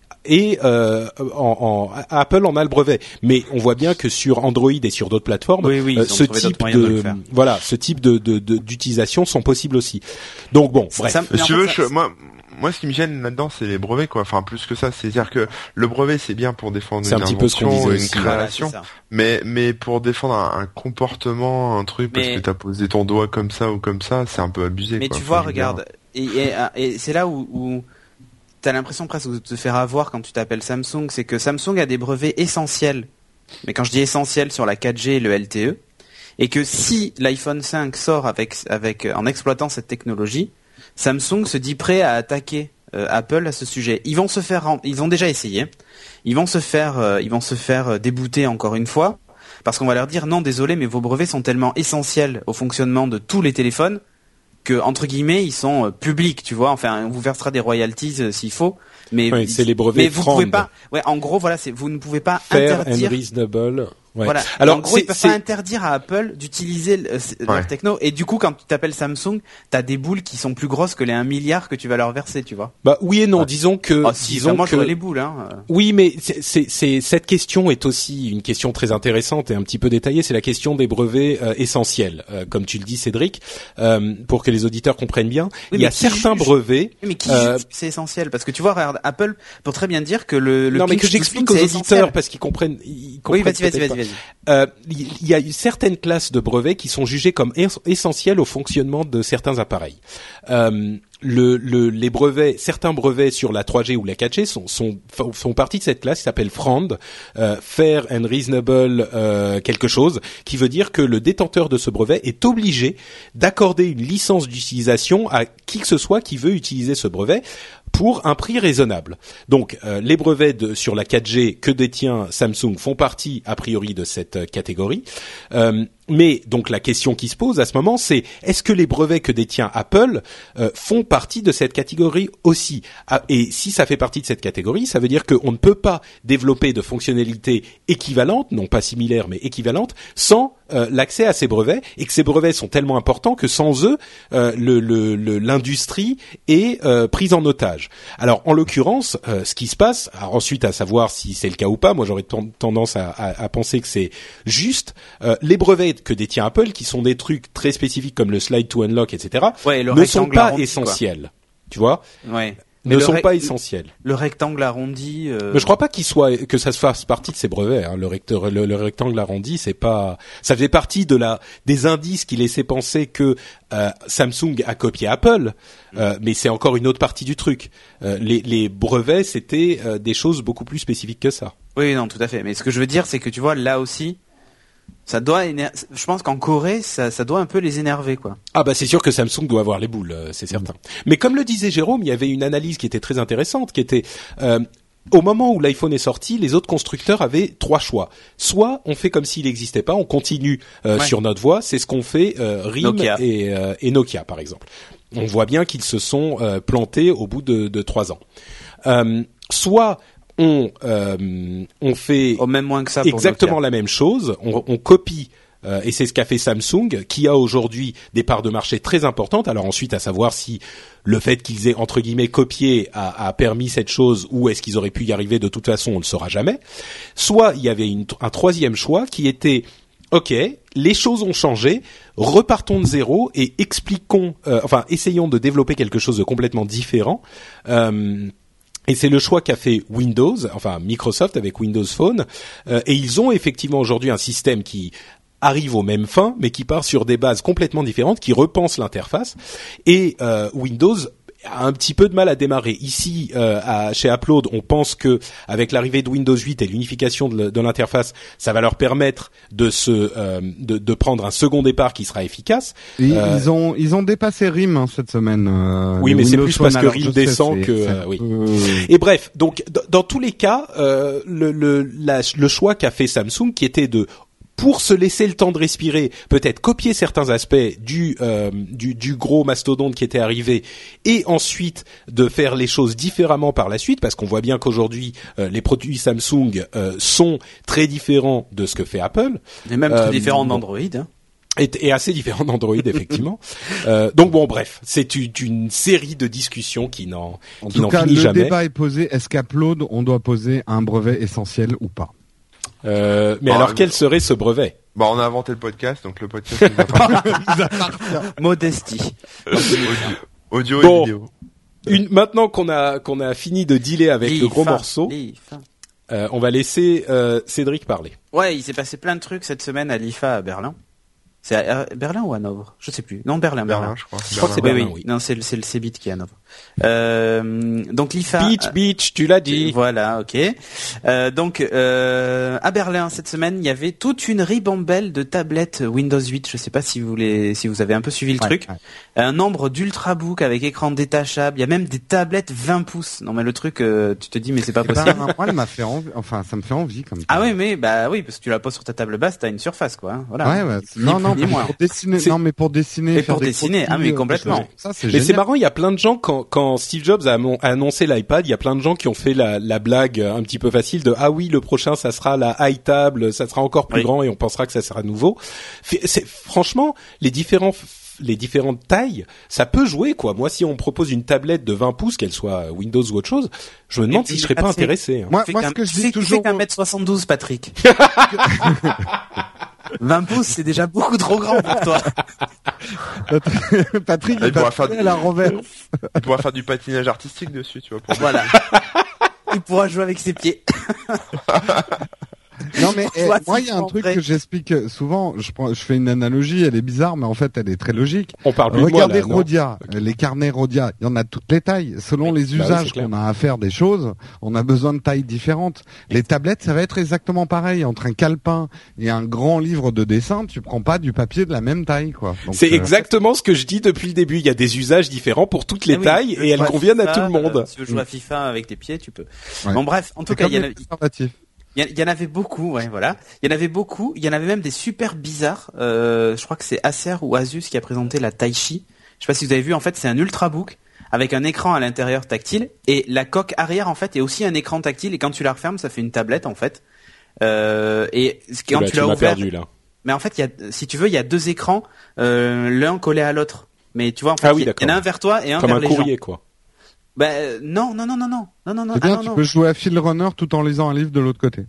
et euh, en, en, Apple en a le brevet, mais on voit bien que sur Android et sur d'autres plateformes, oui, oui, euh, ce type de, de voilà, ce type de, de, de d'utilisation sont possibles aussi. Donc bon, bref. Ça, si tu veux, je, moi, moi, ce qui me gêne là-dedans, c'est les brevets, quoi. Enfin, plus que ça, c'est-à-dire que le brevet, c'est bien pour défendre c'est une un petit peu ce qu'on disait une aussi. création, voilà, mais mais pour défendre un, un comportement, un truc, parce mais... que t'as posé ton doigt comme ça ou comme ça, c'est un peu abusé. Mais quoi. tu Enfin, vois, je regarde, et, et, et c'est là où, où t'as l'impression presque de te faire avoir quand tu t'appelles Samsung, c'est que Samsung a des brevets essentiels. Mais quand je dis essentiels sur la quatre G et le L T E, et que si l'iPhone cinq sort avec, avec, en exploitant cette technologie, Samsung se dit prêt à attaquer euh, Apple à ce sujet. Ils vont se faire, ils ont déjà essayé. Ils vont se faire, euh, ils vont se faire débouter encore une fois, parce qu'on va leur dire non, désolé, mais vos brevets sont tellement essentiels au fonctionnement de tous les téléphones que entre guillemets ils sont euh, publics, tu vois. Enfin, on vous versera des royalties euh, s'il faut, mais oui, c'est les brevets. Mais vous pouvez pas. Ouais, en gros, voilà, c'est vous ne pouvez pas Fair interdire. And reasonable. Ouais. Voilà. Alors, en gros, ils peuvent pas interdire à Apple d'utiliser le, leur ouais. techno. Et du coup, quand tu t'appelles Samsung, t'as des boules qui sont plus grosses que les un milliard que tu vas leur verser, tu vois. Bah oui et non. Ouais. Disons que. Ah, si, disons moi, que. j'aurais les boules, hein. Oui, mais c'est, c'est, c'est cette question est aussi une question très intéressante et un petit peu détaillée. C'est la question des brevets euh, essentiels, euh, comme tu le dis, Cédric, euh, pour que les auditeurs comprennent bien. Oui, il y a certains juge, brevets. Oui, mais qui euh, juge que c'est essentiel? Parce que tu vois, regarde, Apple peut très bien dire que le. le non, mais que j'explique aux auditeurs essentiel. Parce qu'ils comprennent. Ils comprennent oui, vas-y, vas-y, vas-y, vas-y. Euh, il y a certaines classes de brevets qui sont jugées comme essentielles au fonctionnement de certains appareils. Euh, le, le, les brevets, certains brevets sur la trois G ou la quatre G sont, sont, font partie de cette classe qui s'appelle F R A N D, euh, Fair and Reasonable euh, quelque chose, qui veut dire que le détenteur de ce brevet est obligé d'accorder une licence d'utilisation à qui que ce soit qui veut utiliser ce brevet pour un prix raisonnable. Donc euh, les brevets de, sur la quatre G que détient Samsung font partie a priori de cette euh, catégorie. Euh, mais donc la question qui se pose à ce moment, c'est est-ce que les brevets que détient Apple euh, font partie de cette catégorie aussi? Ah, et si ça fait partie de cette catégorie, ça veut dire qu'on ne peut pas développer de fonctionnalités équivalentes, non pas similaires mais équivalentes, sans euh, l'accès à ces brevets, et que ces brevets sont tellement importants que sans eux, euh, le, le, le, l'industrie est euh, prise en otage. Alors en l'occurrence, euh, ce qui se passe, alors ensuite à savoir si c'est le cas ou pas, moi j'aurais t- tendance à, à, à penser que c'est juste, euh, les brevets que détient Apple, qui sont des trucs très spécifiques comme le slide to unlock, et cetera, ouais, ne sont pas arrondi, essentiels. Quoi. Tu vois, ouais. ne sont rec- pas essentiels. Le rectangle arrondi. Euh... Mais je crois pas qu'il soit que ça se fasse partie de ces brevets. Hein. Le, recteur, le, le rectangle arrondi, c'est pas. Ça faisait partie de la des indices qui laissaient penser que euh, Samsung a copié Apple, euh, mais c'est encore une autre partie du truc. Euh, les, les brevets, c'était euh, des choses beaucoup plus spécifiques que ça. Oui, non, tout à fait. Mais ce que je veux dire, c'est que tu vois, là aussi. Ça doit, éner... je pense qu'en Corée, ça, ça doit un peu les énerver, quoi. Ah bah c'est sûr que Samsung doit avoir les boules, euh, c'est certain. Mmh. Mais comme le disait Jérôme, il y avait une analyse qui était très intéressante, qui était euh, au moment où l'iPhone est sorti, les autres constructeurs avaient trois choix. Soit on fait comme s'il n'existait pas, on continue euh, ouais. sur notre voie, c'est ce qu'ont fait euh, R I M Nokia. Et, euh, et Nokia par exemple. On voit bien qu'ils se sont euh, plantés au bout de, de trois ans. Euh, soit on euh, on fait au même moins que ça pour exactement Nokia. La même chose, on, on copie euh, et c'est ce qu'a fait Samsung, qui a aujourd'hui des parts de marché très importantes. Alors ensuite, à savoir si le fait qu'ils aient entre guillemets copié a, a permis cette chose, ou est-ce qu'ils auraient pu y arriver de toute façon, on ne le saura jamais. Soit il y avait une, un troisième choix qui était ok, les choses ont changé, repartons de zéro et expliquons, euh, enfin essayons de développer quelque chose de complètement différent. Euh, Et c'est le choix qu'a fait Windows, enfin Microsoft avec Windows Phone, euh, et ils ont effectivement aujourd'hui un système qui arrive aux mêmes fins, mais qui part sur des bases complètement différentes, qui repensent l'interface. Et euh, Windows a un petit peu de mal à démarrer. Ici, euh, à, chez Upload, on pense que avec l'arrivée de Windows huit et l'unification de, de l'interface, ça va leur permettre de se, euh, de, de prendre un second départ qui sera efficace. Et euh, ils ont, ils ont dépassé R I M hein, cette semaine. Euh, oui, mais c'est Windows plus parce Phone, que alors, R I M je sais, descend c'est- que, c'est euh, un oui. peu- Et bref, donc d- dans tous les cas, euh, le, le, la, le choix qu'a fait Samsung, qui était de pour se laisser le temps de respirer, peut-être copier certains aspects du, euh, du du gros mastodonte qui était arrivé, et ensuite de faire les choses différemment par la suite, parce qu'on voit bien qu'aujourd'hui euh, les produits Samsung euh, sont très différents de ce que fait Apple, Et même Euh, très différent bon. d'Android. Hein. est, est assez différent d'Android effectivement. euh, donc bon, bref, c'est une, une série de discussions qui n'en En qui tout n'en cas, finit le jamais. débat est posé. Est-ce qu'Upload, on doit poser un brevet essentiel ou pas? Euh, mais Bon, alors euh, quel serait ce brevet? Bah, on a inventé le podcast, donc le podcast nous appartient. Modestie. Audio Bon. et vidéo. Une, maintenant qu'on a qu'on a fini de dealer avec le gros Lifa, morceau, Lifa. euh, on va laisser euh, Cédric parler. Ouais, il s'est passé plein de trucs cette semaine à l'I F A à Berlin. C'est à à Berlin ou à Hanovre? Je sais plus. Non, Berlin, Berlin. Berlin, je crois. Je crois que c'est Berlin. Berlin, oui, oui. oui. Non, c'est le, c'est le Cebit qui est à Hanovre. Euh, donc l'I F A. Beach, Beach, tu l'as dit. Voilà, ok. Euh, donc euh, à Berlin cette semaine, il y avait toute une ribambelle de tablettes Windows huit. Je sais pas si vous les, si vous avez un peu suivi le Ouais, truc. ouais. Un nombre d'ultrabooks avec écran détachable. Il y a même des tablettes vingt pouces. Non mais le truc, euh, tu te dis mais c'est pas Eh ben, possible. moi, elle m'a fait envie. Enfin, ça me fait envie comme ça. Ah oui, mais bah oui, parce que tu la poses sur ta table basse, t'as une surface quoi. hein, Voilà. Ouais, ouais. Ni Non, plus non, ni pour, moins. pour dessiner. C'est- Non, mais pour dessiner. Et faire pour des dessiner, produits, ah, mais euh, complètement. des choses. Ça, c'est Mais génial. c'est marrant, il y a plein de gens quand quand Steve Jobs a, amon- a annoncé l'iPad, il y a plein de gens qui ont fait la, la blague un petit peu facile de ah oui, le prochain ça sera la iTable, ça sera encore plus Oui. grand et on pensera que ça sera nouveau. Fait- C'est franchement les différents les différentes tailles, ça peut jouer quoi. Moi, si on me propose une tablette de vingt pouces, qu'elle soit Windows ou autre chose, je me demande Et si puis, je serais pas ah, c'est- intéressé. hein. Moi, Tu fais moi, qu'un- ce que je tu dis fais- tu toujours. fais qu'un mètre soixante-douze, Patrick. vingt pouces, c'est déjà beaucoup trop grand pour toi. Patrick, Il il pourra va faire faire la renverse. Il pourra faire du patinage artistique dessus, tu vois. Pour... Voilà. Il pourra jouer avec ses pieds. Non mais eh, Soit moi il y a un six truc près. que j'explique souvent. Je prends, je fais une analogie, elle est bizarre, mais en fait elle est très logique. On parle plus Regardez de moi là. non Rhodia, euh, les carnets Rhodia, il y en a toutes les tailles. Selon Oui, les bah oui, usages c'est clair. qu'on a à faire des choses, on a besoin de tailles différentes. Les tablettes, ça va être exactement pareil. Entre un calepin et un grand livre de dessin, tu prends pas du papier de la même taille, quoi. Donc, C'est euh, exactement ce que je dis depuis le début. Il y a des usages différents pour toutes les Ah oui, tailles tu veux et elles jouer à conviennent à FIFA, tout le monde. euh, si tu veux jouer à FIFA avec tes pieds, tu peux. Ouais. Bon bref, en tout c'est cas, comme il y en les a- préservatifs. Il y, en- il y en avait beaucoup, ouais, voilà. Il y en avait beaucoup. Il y en avait même des super bizarres. Euh, je crois que c'est Acer ou Asus qui a présenté la Taichi. Je sais pas si vous avez vu. En fait, c'est un ultrabook avec un écran à l'intérieur tactile et la coque arrière en fait est aussi un écran tactile. Et quand tu la refermes, ça fait une tablette en fait. Euh, et quand Bah, tu tu l'as m'as ouvert, perdu là. mais en fait, il y a, si tu veux, il y a deux écrans, euh, l'un collé à l'autre. Mais tu vois, en fait, Ah oui, il y a- il y en a d'accord. un vers toi et un Comme vers un les gens. courrier quoi. Bah euh, non, non, non, non, non, non, non, non. C'est ah, bien, non, tu non. peux jouer à fil runner tout en lisant un livre de l'autre côté.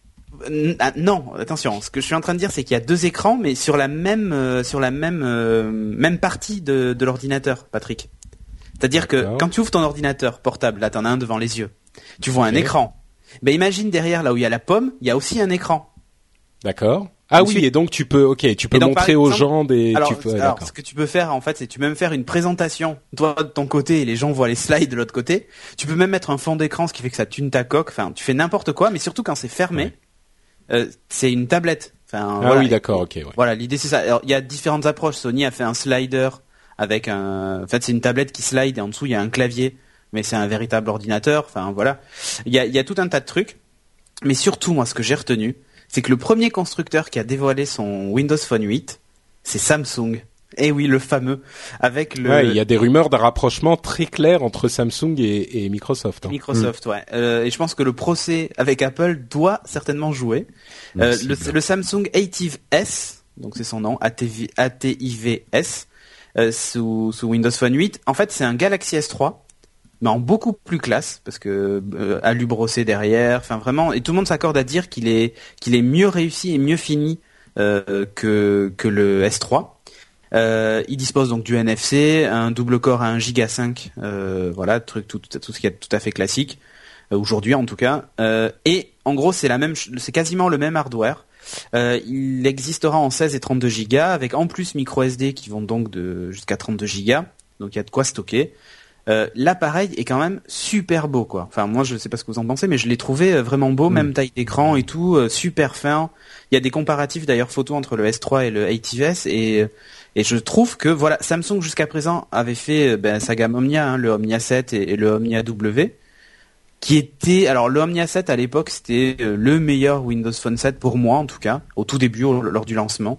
N- ah, non, attention. Ce que je suis en train de dire, c'est qu'il y a deux écrans, mais sur la même, euh, sur la même, euh, même partie de, de l'ordinateur, Patrick. C'est-à-dire que D'accord. quand tu ouvres ton ordinateur portable, là, t'en as un devant les yeux. Tu vois un Ok. écran. Ben imagine derrière, là où il y a la pomme, il y a aussi un écran. D'accord. Ah Ensuite- oui, et donc tu peux, ok, tu peux Et donc, montrer par aux exemple- gens des. Alors, tu peux, ouais, alors, d'accord. ce que tu peux faire, en fait, c'est tu peux même faire une présentation, toi de ton côté, et les gens voient les slides de l'autre côté. Tu peux même mettre un fond d'écran, ce qui fait que ça tune ta coque. Enfin, tu fais n'importe quoi, mais surtout quand c'est fermé, Ouais. euh, c'est une tablette. Enfin, Ah voilà. oui, d'accord, ok, ouais. Voilà, l'idée c'est ça. Alors, il y a différentes approches. Sony a fait un slider avec un. En fait, c'est une tablette qui slide et en dessous il y a un clavier, mais c'est un véritable ordinateur. Enfin, voilà. Il y a, il y a tout un tas de trucs. Mais surtout, moi, ce que j'ai retenu, c'est que le premier constructeur qui a dévoilé son Windows Phone huit, c'est Samsung. Eh oui, le fameux, avec le Ouais, il y a des rumeurs d'un rapprochement très clair entre Samsung et, et Microsoft. hein. Microsoft, ouais. Euh, et je pense que le procès avec Apple doit certainement jouer. Euh, Merci, le, bien. le Samsung Active S, donc c'est son nom, A T I V S, euh, sous, sous Windows Phone huit. En fait, c'est un Galaxy S trois, mais en beaucoup plus classe, parce que euh, alu brossé derrière, enfin vraiment, et tout le monde s'accorde à dire qu'il est qu'il est mieux réussi et mieux fini euh, que que le S trois. Euh, il dispose donc du N F C, un double core à un giga cinq, euh, voilà, truc tout, tout, tout ce qui est tout à fait classique euh, aujourd'hui en tout cas. Euh, et en gros, c'est la même, ch- c'est quasiment le même hardware. Euh, il existera en seize et trente-deux gigas, avec en plus micro S D qui vont donc de jusqu'à trente-deux gigas. Donc il y a de quoi stocker. Euh, l'appareil est quand même super beau, quoi. Enfin, moi, je sais pas ce que vous en pensez, mais je l'ai trouvé euh, vraiment beau, mmh. même taille d'écran et tout, euh, super fin. Il y a des comparatifs d'ailleurs photos entre le S trois et le eight S, et et je trouve que voilà, Samsung jusqu'à présent avait fait ben, sa gamme Omnia, hein, le Omnia sept et, et le Omnia W, qui était, alors le Omnia sept à l'époque, c'était euh, le meilleur Windows Phone sept pour moi en tout cas, au tout début, au, lors du lancement.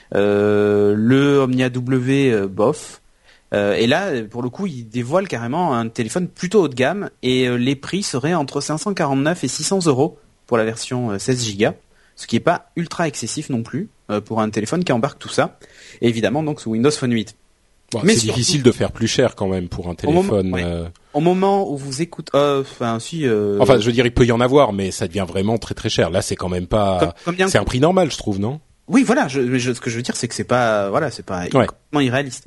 Euh, le Omnia W, euh, bof. Euh, et là, pour le coup, il dévoile carrément un téléphone plutôt haut de gamme, et euh, les prix seraient entre cinq cent quarante-neuf et six cents euros pour la version euh, seize gigas, ce qui est pas ultra excessif non plus euh, pour un téléphone qui embarque tout ça. Et évidemment, donc sous Windows Phone huit. Bon, mais c'est surtout difficile de faire plus cher quand même pour un téléphone. Au moment, ouais. euh... au moment où vous écoutez, euh, enfin si. Euh... Enfin, je veux dire, il peut y en avoir, mais ça devient vraiment très très cher. Là, c'est quand même pas. Comme, combien... C'est un prix normal, je trouve, non? Oui, voilà. Je, je, ce que je veux dire, c'est que c'est pas, voilà, c'est pas ouais. complètement irréaliste.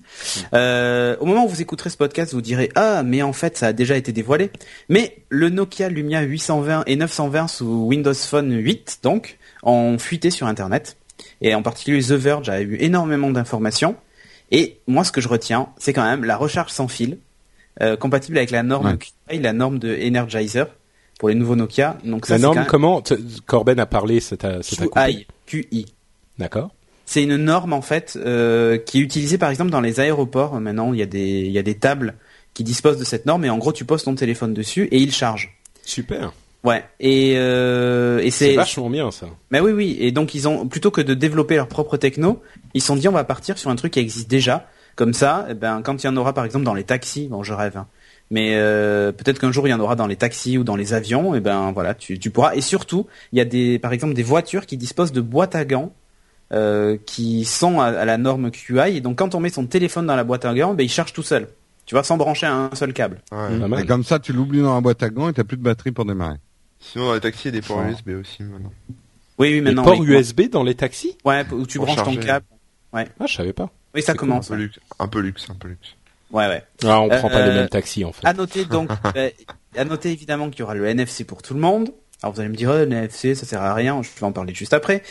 Euh, au moment où vous écouterez ce podcast, vous direz ah, mais en fait, ça a déjà été dévoilé. Mais le Nokia Lumia huit cent vingt et neuf cent vingt sous Windows Phone huit, donc, ont fuité sur Internet. Et en particulier The Verge a eu énormément d'informations. Et moi, ce que je retiens, c'est quand même la recharge sans fil, euh, compatible avec la norme ouais. Q I, la norme de Energizer pour les nouveaux Nokia. Donc ça, la c'est norme, quand même... comment Corben a parlé, c'est à, c'est à Q I. Q I. D'accord. C'est une norme en fait euh, qui est utilisée par exemple dans les aéroports. Maintenant, il y a des il y a des tables qui disposent de cette norme et en gros, tu poses ton téléphone dessus et il charge. Super. Ouais. Et euh, et c'est, c'est vachement bien ça. Mais oui oui. Et donc ils ont plutôt que de développer leur propre techno, ils se sont dit on va partir sur un truc qui existe déjà. Comme ça, eh ben quand il y en aura par exemple dans les taxis, bon je rêve. Hein. Mais euh, peut-être qu'un jour il y en aura dans les taxis ou dans les avions. Et ben voilà, tu tu pourras. Et surtout, il y a des par exemple des voitures qui disposent de boîtes à gants. Euh, qui sont à, à la norme Q I, et donc quand on met son téléphone dans la boîte à gants, ben il charge tout seul. Tu vois, sans brancher un seul câble. Ouais, mmh. Et comme ça, tu l'oublies dans la boîte à gants et t'as plus de batterie pour démarrer. Sinon, dans les taxis, il y a des ports ouais. U S B aussi maintenant. Oui, oui, maintenant. Des ports oui, U S B dans les taxis ? Ouais, où tu pour branches charger. Ton câble. Ouais. Ah, je savais pas. Oui, ça c'est commence. Cool, un, peu luxe, un peu luxe, un peu luxe. Ouais, ouais. Ah, on euh, prend pas euh, les mêmes taxis en fait. À noter donc, euh, à noter évidemment qu'il y aura le N F C pour tout le monde. Alors vous allez me dire, oh, le N F C, ça sert à rien, je vais en parler juste après.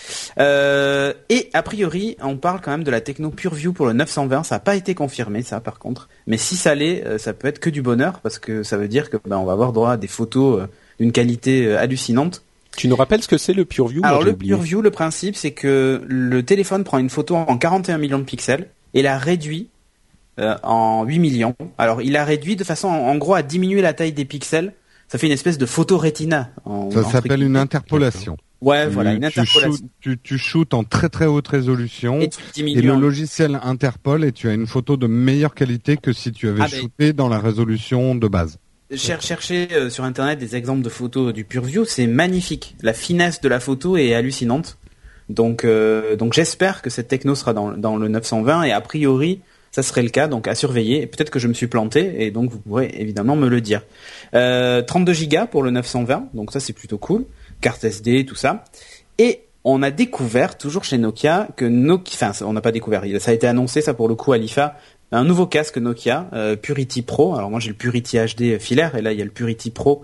Euh, et a priori, on parle quand même de la techno PureView pour le neuf cent vingt, ça n'a pas été confirmé ça par contre. Mais si ça l'est, ça peut être que du bonheur, parce que ça veut dire que ben, on va avoir droit à des photos d'une qualité hallucinante. Tu nous rappelles ce que c'est le PureView ? Alors Moi, le oublié. PureView, le principe c'est que le téléphone prend une photo en quarante et un millions de pixels et la réduit euh, en huit millions. Alors il a réduit de façon en, en gros à diminuer la taille des pixels. Ça fait une espèce de photo rétina. En, ça s'appelle une interpolation. Ouais, tu, voilà, une interpolation. Tu, shoot, tu, tu shootes en très très haute résolution et, et le logiciel interpole et tu as une photo de meilleure qualité que si tu avais ah, shooté mais... dans la résolution de base. Cher, chercher euh, sur internet des exemples de photos du PureView, c'est magnifique. La finesse de la photo est hallucinante. Donc, euh, donc j'espère que cette techno sera dans, dans le neuf cent vingt et a priori, ça serait le cas, donc à surveiller. Peut-être que je me suis planté et donc vous pourrez évidemment me le dire. Euh, trente-deux gigas pour le neuf cent vingt, donc ça c'est plutôt cool. Carte S D, tout ça. Et on a découvert, toujours chez Nokia, que Nokia, enfin on n'a pas découvert, ça a été annoncé ça pour le coup à l'I F A, un nouveau casque Nokia, euh, Purity Pro. Alors moi j'ai le Purity H D filaire et là il y a le Purity Pro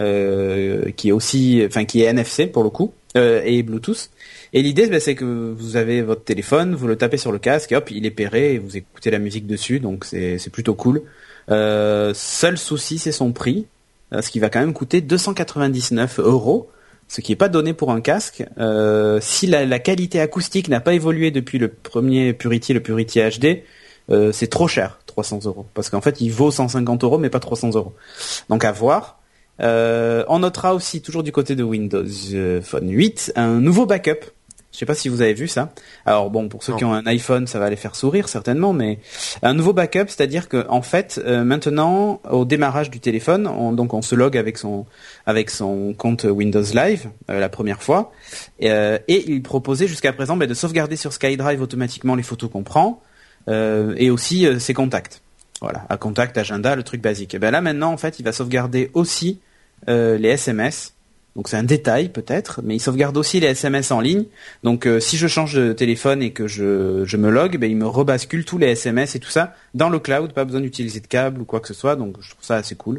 euh, qui est aussi, enfin qui est N F C pour le coup euh, et Bluetooth. Et l'idée, ben, c'est que vous avez votre téléphone, vous le tapez sur le casque, et hop, il est pairé, et vous écoutez la musique dessus, donc c'est, c'est plutôt cool. Euh, seul souci, c'est son prix, ce qui va quand même coûter deux cent quatre-vingt-dix-neuf euros, ce qui est pas donné pour un casque. Euh, si la, la qualité acoustique n'a pas évolué depuis le premier Purity, le Purity H D, euh, c'est trop cher, trois cents euros, parce qu'en fait, il vaut cent cinquante euros, mais pas trois cents euros. Donc à voir. Euh, on notera aussi, toujours du côté de Windows Phone huit, un nouveau backup. Je sais pas si vous avez vu ça. Alors bon, pour ceux non. qui ont un iPhone, ça va les faire sourire certainement, mais un nouveau backup, c'est-à-dire que en fait, euh, maintenant, au démarrage du téléphone, on, donc on se log avec son avec son compte Windows Live euh, la première fois, et, euh, et il proposait jusqu'à présent bah, de sauvegarder sur SkyDrive automatiquement les photos qu'on prend euh, et aussi euh, ses contacts. Voilà, à contact, agenda, le truc basique. Et ben là maintenant, en fait, il va sauvegarder aussi euh, les S M S. Donc c'est un détail peut-être, mais il sauvegarde aussi les S M S en ligne. Donc euh, si je change de téléphone et que je, je me log, ben, il me rebascule tous les S M S et tout ça dans le cloud, pas besoin d'utiliser de câble ou quoi que ce soit. Donc je trouve ça assez cool.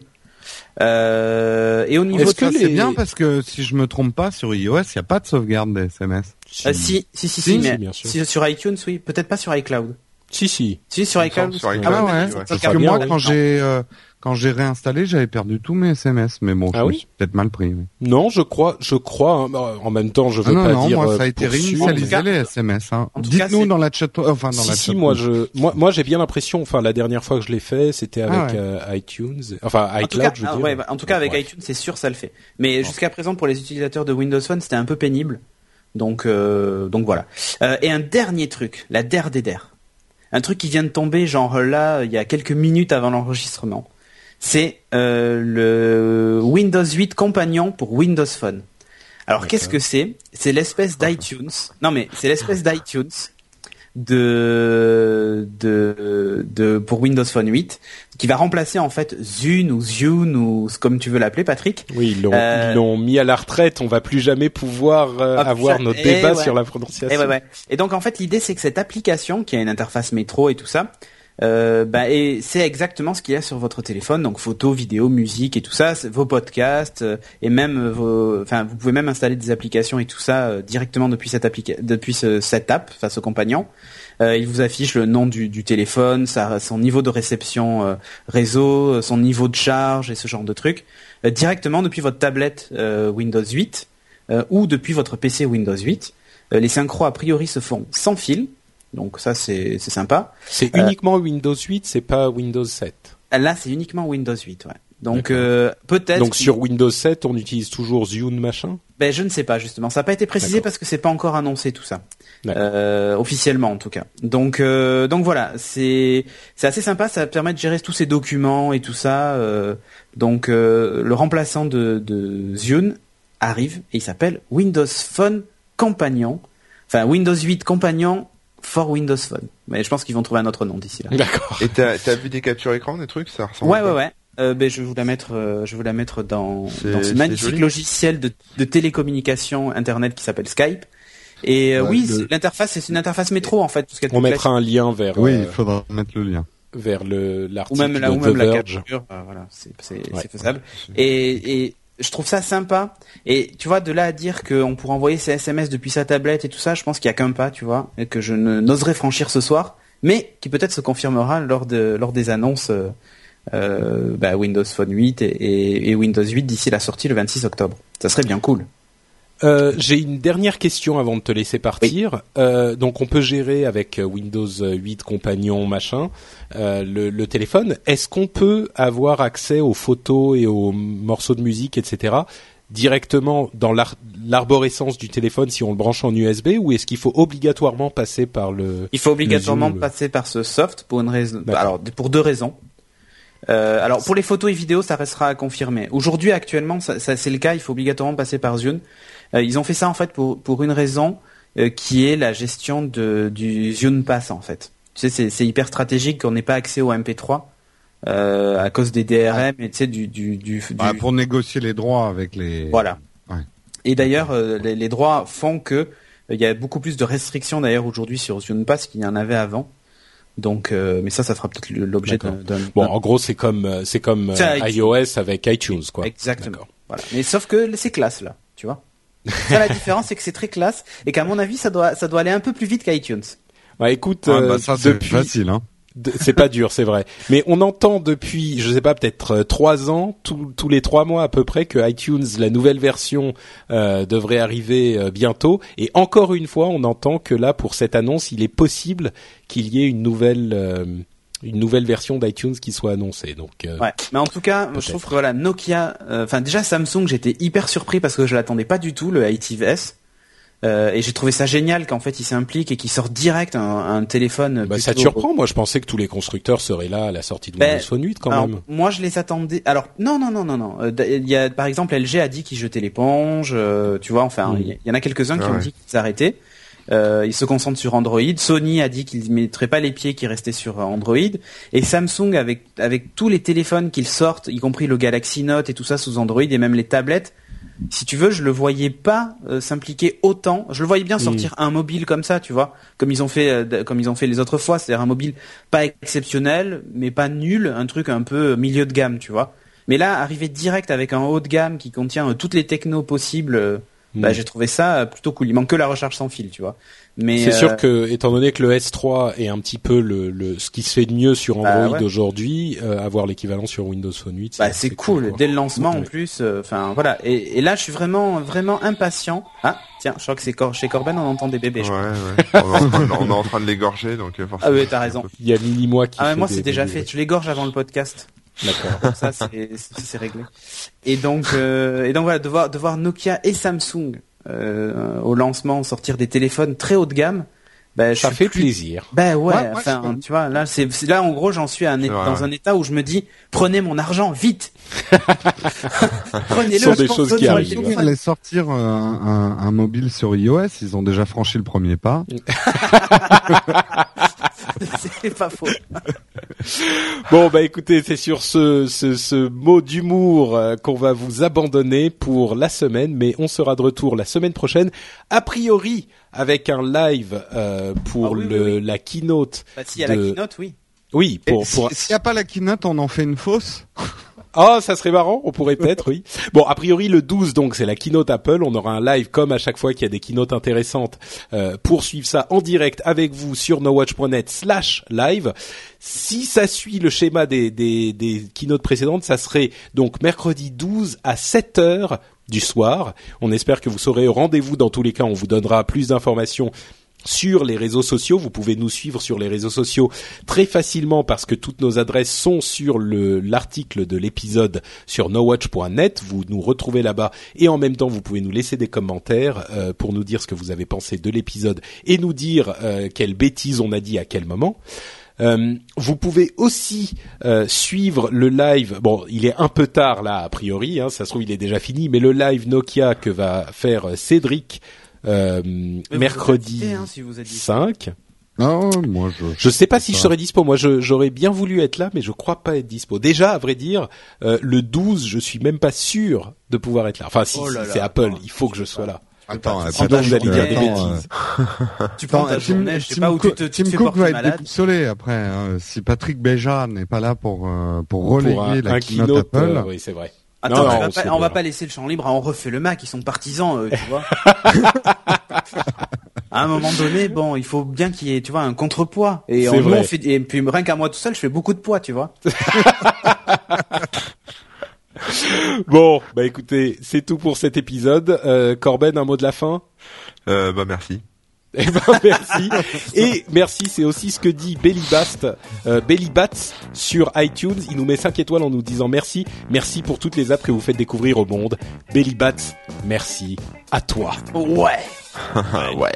Euh, et au niveau Est-ce de que ça, c'est bien parce que si je me trompe pas sur iOS, il n'y a pas de sauvegarde des S M S. Si, euh, si, si, si, si, si, mais bien sûr. si, sur iTunes, oui, peut-être pas sur iCloud. Si, si. Si, sur Il me iCloud. semble, sur Ah iCloud, Ah ouais, ouais. parce Ça que bien, moi, oui. quand j'ai euh, quand j'ai réinstallé, j'avais perdu tous mes S M S, mais bon, Ah je me oui suis peut-être mal pris. Oui. Non, je crois, je crois. hein, bah, en même temps, je veux Ah non, pas non, dire. moi, euh, ça a été pour sûr, réinitialisé En tout cas- les S M S. Hein. en tout cas, Dites-nous c'est- dans la chat, enfin dans si, la si, chat. moi, je, moi, moi, j'ai bien l'impression. Enfin, la dernière fois que je l'ai fait, c'était avec Ah ouais. euh, iTunes. Enfin, En tout iCloud, cas, je veux ah, dire. ouais, bah, en tout cas, Donc, avec bref. iTunes, c'est sûr, ça le fait. Mais jusqu'à présent, pour les utilisateurs de Windows Phone, c'était un peu pénible. Donc, euh, donc voilà. Euh, et un dernier truc, la der des der. Un truc qui vient de tomber, genre là, il y a quelques minutes avant l'enregistrement. C'est euh, le Windows huit Companion pour Windows Phone. Alors, qu'est-ce que c'est ? C'est l'espèce d'iTunes. Non, mais c'est l'espèce d'iTunes de, de, de, pour Windows Phone huit, qui va remplacer en fait Zune ou Zune ou comme tu veux l'appeler, Patrick. Oui, ils l'ont, Euh, ils l'ont mis à la retraite. On va plus jamais pouvoir euh, Ah, avoir putain, notre eh débat ouais. sur la prononciation. Et ouais, ouais. Et donc en fait l'idée c'est que cette application qui a une interface métro et tout ça, euh, bah, et c'est exactement ce qu'il y a sur votre téléphone, donc photos, vidéos, musique et tout ça, c'est vos podcasts euh, et même vos, enfin vous pouvez même installer des applications et tout ça euh, directement depuis cette applica- depuis ce, cette app, enfin ce compagnon. Euh, il vous affiche le nom du, du téléphone, sa, son niveau de réception euh, réseau, son niveau de charge et ce genre de trucs euh, directement depuis votre tablette euh, Windows huit euh, ou depuis votre P C Windows huit. Euh, les synchros a priori se font sans fil, donc ça c'est c'est sympa. C'est Euh, uniquement Windows huit, c'est pas Windows sept. Là c'est uniquement Windows huit, ouais. Donc D'accord. euh, peut-être. Donc qu'il- sur Windows sept, on utilise toujours Zune machin. Ben je ne sais pas justement, ça n'a pas été précisé D'accord. parce que c'est pas encore annoncé tout ça, D'accord. euh, officiellement en tout cas. Donc euh, donc voilà, c'est c'est assez sympa, ça permet de gérer tous ces documents et tout ça. Euh, donc euh, le remplaçant de, de Zune arrive et il s'appelle Windows Phone Companion, enfin Windows huit Companion for Windows Phone. Mais je pense qu'ils vont trouver un autre nom d'ici là. D'accord. Et t'as, t'as vu des captures écran, des trucs, ça ressemble Ouais à ouais quoi ouais. Euh, ben je vais vous la mettre, euh, je vais vous la mettre dans, C'est- dans ce c'est magnifique joli. logiciel de, de télécommunication internet qui s'appelle Skype. Et euh, Ouais, oui, le- c'est- l'interface c'est une interface métro en fait, tout ce qu'il y a de On plus mettra un lien vers Oui, euh, il faudra mettre le lien. vers le classique. l'article ou même la, de ou même The la Verge. capture. euh, voilà, c'est c'est Ouais. c'est faisable. Et, et je trouve ça sympa. Et tu vois, de là à dire qu'on pourra envoyer ses S M S depuis sa tablette et tout ça, je pense qu'il y a qu'un pas, tu vois, et que je ne n'oserais franchir ce soir, mais qui peut-être se confirmera lors de lors des annonces. Euh, euh, bah, Windows Phone huit et, et, et Windows huit d'ici la sortie le vingt-six octobre. Ça serait bien cool. Euh, j'ai une dernière question avant de te laisser partir. Euh, donc on peut gérer avec Windows huit Companion machin euh, le, le téléphone. Est-ce qu'on peut avoir accès aux photos et aux morceaux de musique, et cetera directement dans l'ar- l'arborescence du téléphone si on le branche en U S B, ou est-ce qu'il faut obligatoirement passer par le Il faut obligatoirement le Zoom, passer par ce soft pour une raison. D'accord. Alors pour deux raisons. Euh, alors pour les photos et vidéos, ça restera à confirmer. Aujourd'hui, actuellement, ça, ça, c'est le cas. Il faut obligatoirement passer par Zune. Euh, ils ont fait ça en fait pour pour une raison euh, qui est la gestion de du Zune Pass en fait. Tu sais, c'est, c'est hyper stratégique qu'on n'ait pas accès au M P trois euh, à cause des D R M et tu sais du du du, du... Bah, pour négocier les droits avec les. Voilà. Ouais. Et d'ailleurs, euh, les, les droits font que euh, il y a beaucoup plus de restrictions d'ailleurs aujourd'hui sur Zune Pass qu'il y en avait avant. Donc, euh, mais ça, ça fera peut-être l'objet d'un, d'un. Bon, en gros, c'est comme euh, c'est comme euh, C'est iOS avec iTunes, quoi. Exactement. D'accord. Voilà. Mais sauf que c'est classe là, tu vois. Ça, la différence, c'est que c'est très classe et qu'à mon avis, ça doit ça doit aller un peu plus vite qu'iTunes. Ouais, écoute, Ah, euh, bah, ça c'est depuis facile, hein. de- c'est pas dur, c'est vrai. Mais on entend depuis, je sais pas, peut-être euh, trois ans, tous tous les trois mois à peu près, que iTunes, la nouvelle version, euh, devrait arriver euh, bientôt. Et encore une fois, on entend que là, pour cette annonce, il est possible qu'il y ait une nouvelle, euh, une nouvelle version d'iTunes qui soit annoncée. Donc, euh, Ouais. Mais en tout cas, je trouve que voilà, Nokia, enfin déjà Samsung, j'étais hyper surpris parce que je l'attendais pas du tout le I T V S. Euh, et j'ai trouvé ça génial qu'en fait il s'implique et qu'il sorte direct un, un téléphone. bah, ça te plutôt- surprend. Moi, je pensais que tous les constructeurs seraient là à la sortie de Ben, Windows Phone huit, quand Alors, même. moi, je les attendais. Alors, non, non, non, non, non. Euh, Il y a, par exemple, L G a dit qu'ils jetaient l'éponge. Euh, tu vois, enfin, Mm. il y en a quelques-uns qui Ah ont ouais. dit qu'ils arrêtaient. Euh, ils se concentrent sur Android. Sony a dit qu'ils mettraient pas les pieds, qu'ils restaient sur Android. Et Samsung, avec avec tous les téléphones qu'ils sortent, y compris le Galaxy Note et tout ça sous Android, et même les tablettes. Si tu veux, je le voyais pas euh, s'impliquer autant. Je le voyais bien sortir un mobile comme ça, tu vois, comme ils ont fait, euh, d- comme ils ont fait les autres fois, c'est-à-dire un mobile pas exceptionnel, mais pas nul, un truc un peu milieu de gamme, tu vois. Mais là, arriver direct avec un haut de gamme qui contient euh, toutes les technos possibles, euh, Bah, Mm. j'ai trouvé ça plutôt cool. Il manque que la recharge sans fil, tu vois. Mais C'est euh, sûr que, étant donné que le S trois est un petit peu le, le ce qui se fait de mieux sur Android Bah, ouais. aujourd'hui, euh, avoir l'équivalent sur Windows Phone huit, bah, c'est cool. quoi. Dès le lancement, Ouais. en plus. Enfin, euh, voilà. Et, et là, je suis vraiment, vraiment impatient. Ah, tiens, je crois que c'est Cor- chez Corben, on entend des bébés. Ouais, je crois. ouais. On est en train de, on est en train de l'égorger, donc euh, forcément. Ah oui, t'as raison. Il y a Mini moi qui. Ah, mais fait moi, des- c'est déjà des- fait. Je l'égorge avant le podcast. D'accord. Comme ça, c'est, c'est, c'est réglé. Et donc, euh, et donc voilà, de voir, de voir Nokia et Samsung euh, au lancement sortir des téléphones très haut de gamme. Bah, je Ça suis fait plus- plaisir. Ben ouais, Ouais, ouais, enfin, je- tu vois, là, c'est, c'est- là, en gros, j'en suis à un é- C'est vrai, dans ouais. un état où je me dis, prenez mon argent, vite! Prenez-le, Ce sont des je pense, choses qui donnez-moi le arrivent. Ils téléphone. allaient sortir euh, un, un mobile sur iOS, ils ont déjà franchi le premier pas. C'est pas faux. Bon, bah écoutez, c'est sur ce, ce, ce mot d'humour euh, qu'on va vous abandonner pour la semaine, mais on sera de retour la semaine prochaine, a priori avec un live euh, pour Ah oui, le oui, oui. la keynote. Bah, s'il y a la de- keynote, oui. Oui, Et pour si- pour. S'il n'y a pas la keynote, on en fait une fausse. Ah, ça serait marrant, on pourrait peut-être, oui. Bon, a priori le douze, donc c'est la keynote Apple. On aura un live comme à chaque fois qu'il y a des keynotes intéressantes. Euh, pour suivre ça en direct avec vous sur nowatch point net slash live. Si ça suit le schéma des des des keynotes précédentes, ça serait donc mercredi douze à sept heures du soir. On espère que vous serez au rendez-vous. Dans tous les cas, on vous donnera plus d'informations sur les réseaux sociaux. Vous pouvez nous suivre sur les réseaux sociaux très facilement parce que toutes nos adresses sont sur le l'article de l'épisode sur nowatch point net. Vous nous retrouvez là-bas et en même temps vous pouvez nous laisser des commentaires euh, pour nous dire ce que vous avez pensé de l'épisode et nous dire euh, quelles bêtises on a dit à quel moment. Euh, vous pouvez aussi euh, suivre le live. Bon, il est un peu tard là a priori, hein, ça se trouve il est déjà fini, mais le live Nokia que va faire euh, Cédric euh, Mais vous mercredi vous invitez, hein, si vous êtes dit. cinq. Non, moi je. Je sais pas si je ça. serai dispo. Moi, je, j'aurais bien voulu être là, mais je crois pas être dispo. Déjà, à vrai dire, euh, le douze, je suis même pas sûr de pouvoir être là. Enfin, si, Oh là si, là, c'est Apple, attends, il faut que je je sais sois pas. là. Attends, Sinon, attends, vous allez dire des attends, bêtises. Tu prends Attends, ta journée, je sais Tim pas où tu Cook- te, tu Tim te fais Cook porter va être malade. déboussolé après. Hein. Si Patrick Béja n'est pas là pour euh, pour relayer Pour un, la un keynote, keynote, Apple, euh, oui, c'est vrai. Attends, Non, on, non, va on se pas, le on va verra. pas laisser le champ libre à On refait le Mac, ils sont partisans, eux, tu vois. À un moment donné, bon, il faut bien qu'il y ait, tu vois, un contrepoids. Et, C'est on, nous, vrai. on fait, et puis rien qu'à moi tout seul, je fais beaucoup de poids, tu vois. Bon, bah écoutez, c'est tout pour cet épisode. Euh, Corben, un mot de la fin? Euh, bah merci. Eh ben merci. Et merci, c'est aussi ce que dit Bellybast, euh, Bellybats sur iTunes. Il nous met cinq étoiles en nous disant merci. Merci pour toutes les apps que vous faites découvrir au monde. Bellybats, merci à toi. Ouais. ouais.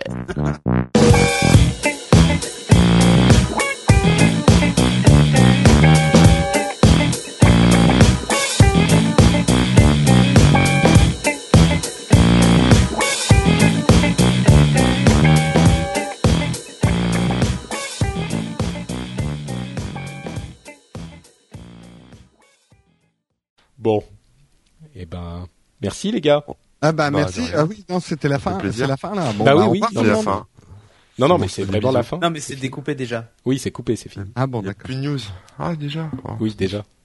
Bon. Eh ben, merci les gars. ah bah, Bah, merci. de rien. Ah oui, non, c'était la fin. plaisir. C'est la fin là. Bon, Bah oui, on oui, part non, C'est la maintenant. fin. Non, non, Bon, mais c'est c'est vraiment des la bisous. fin. Non, mais c'est découpé déjà. Oui, c'est coupé, c'est fini. Ah bon, Il y a d'accord. plus de news. Ah déjà. Oh. Oui, déjà.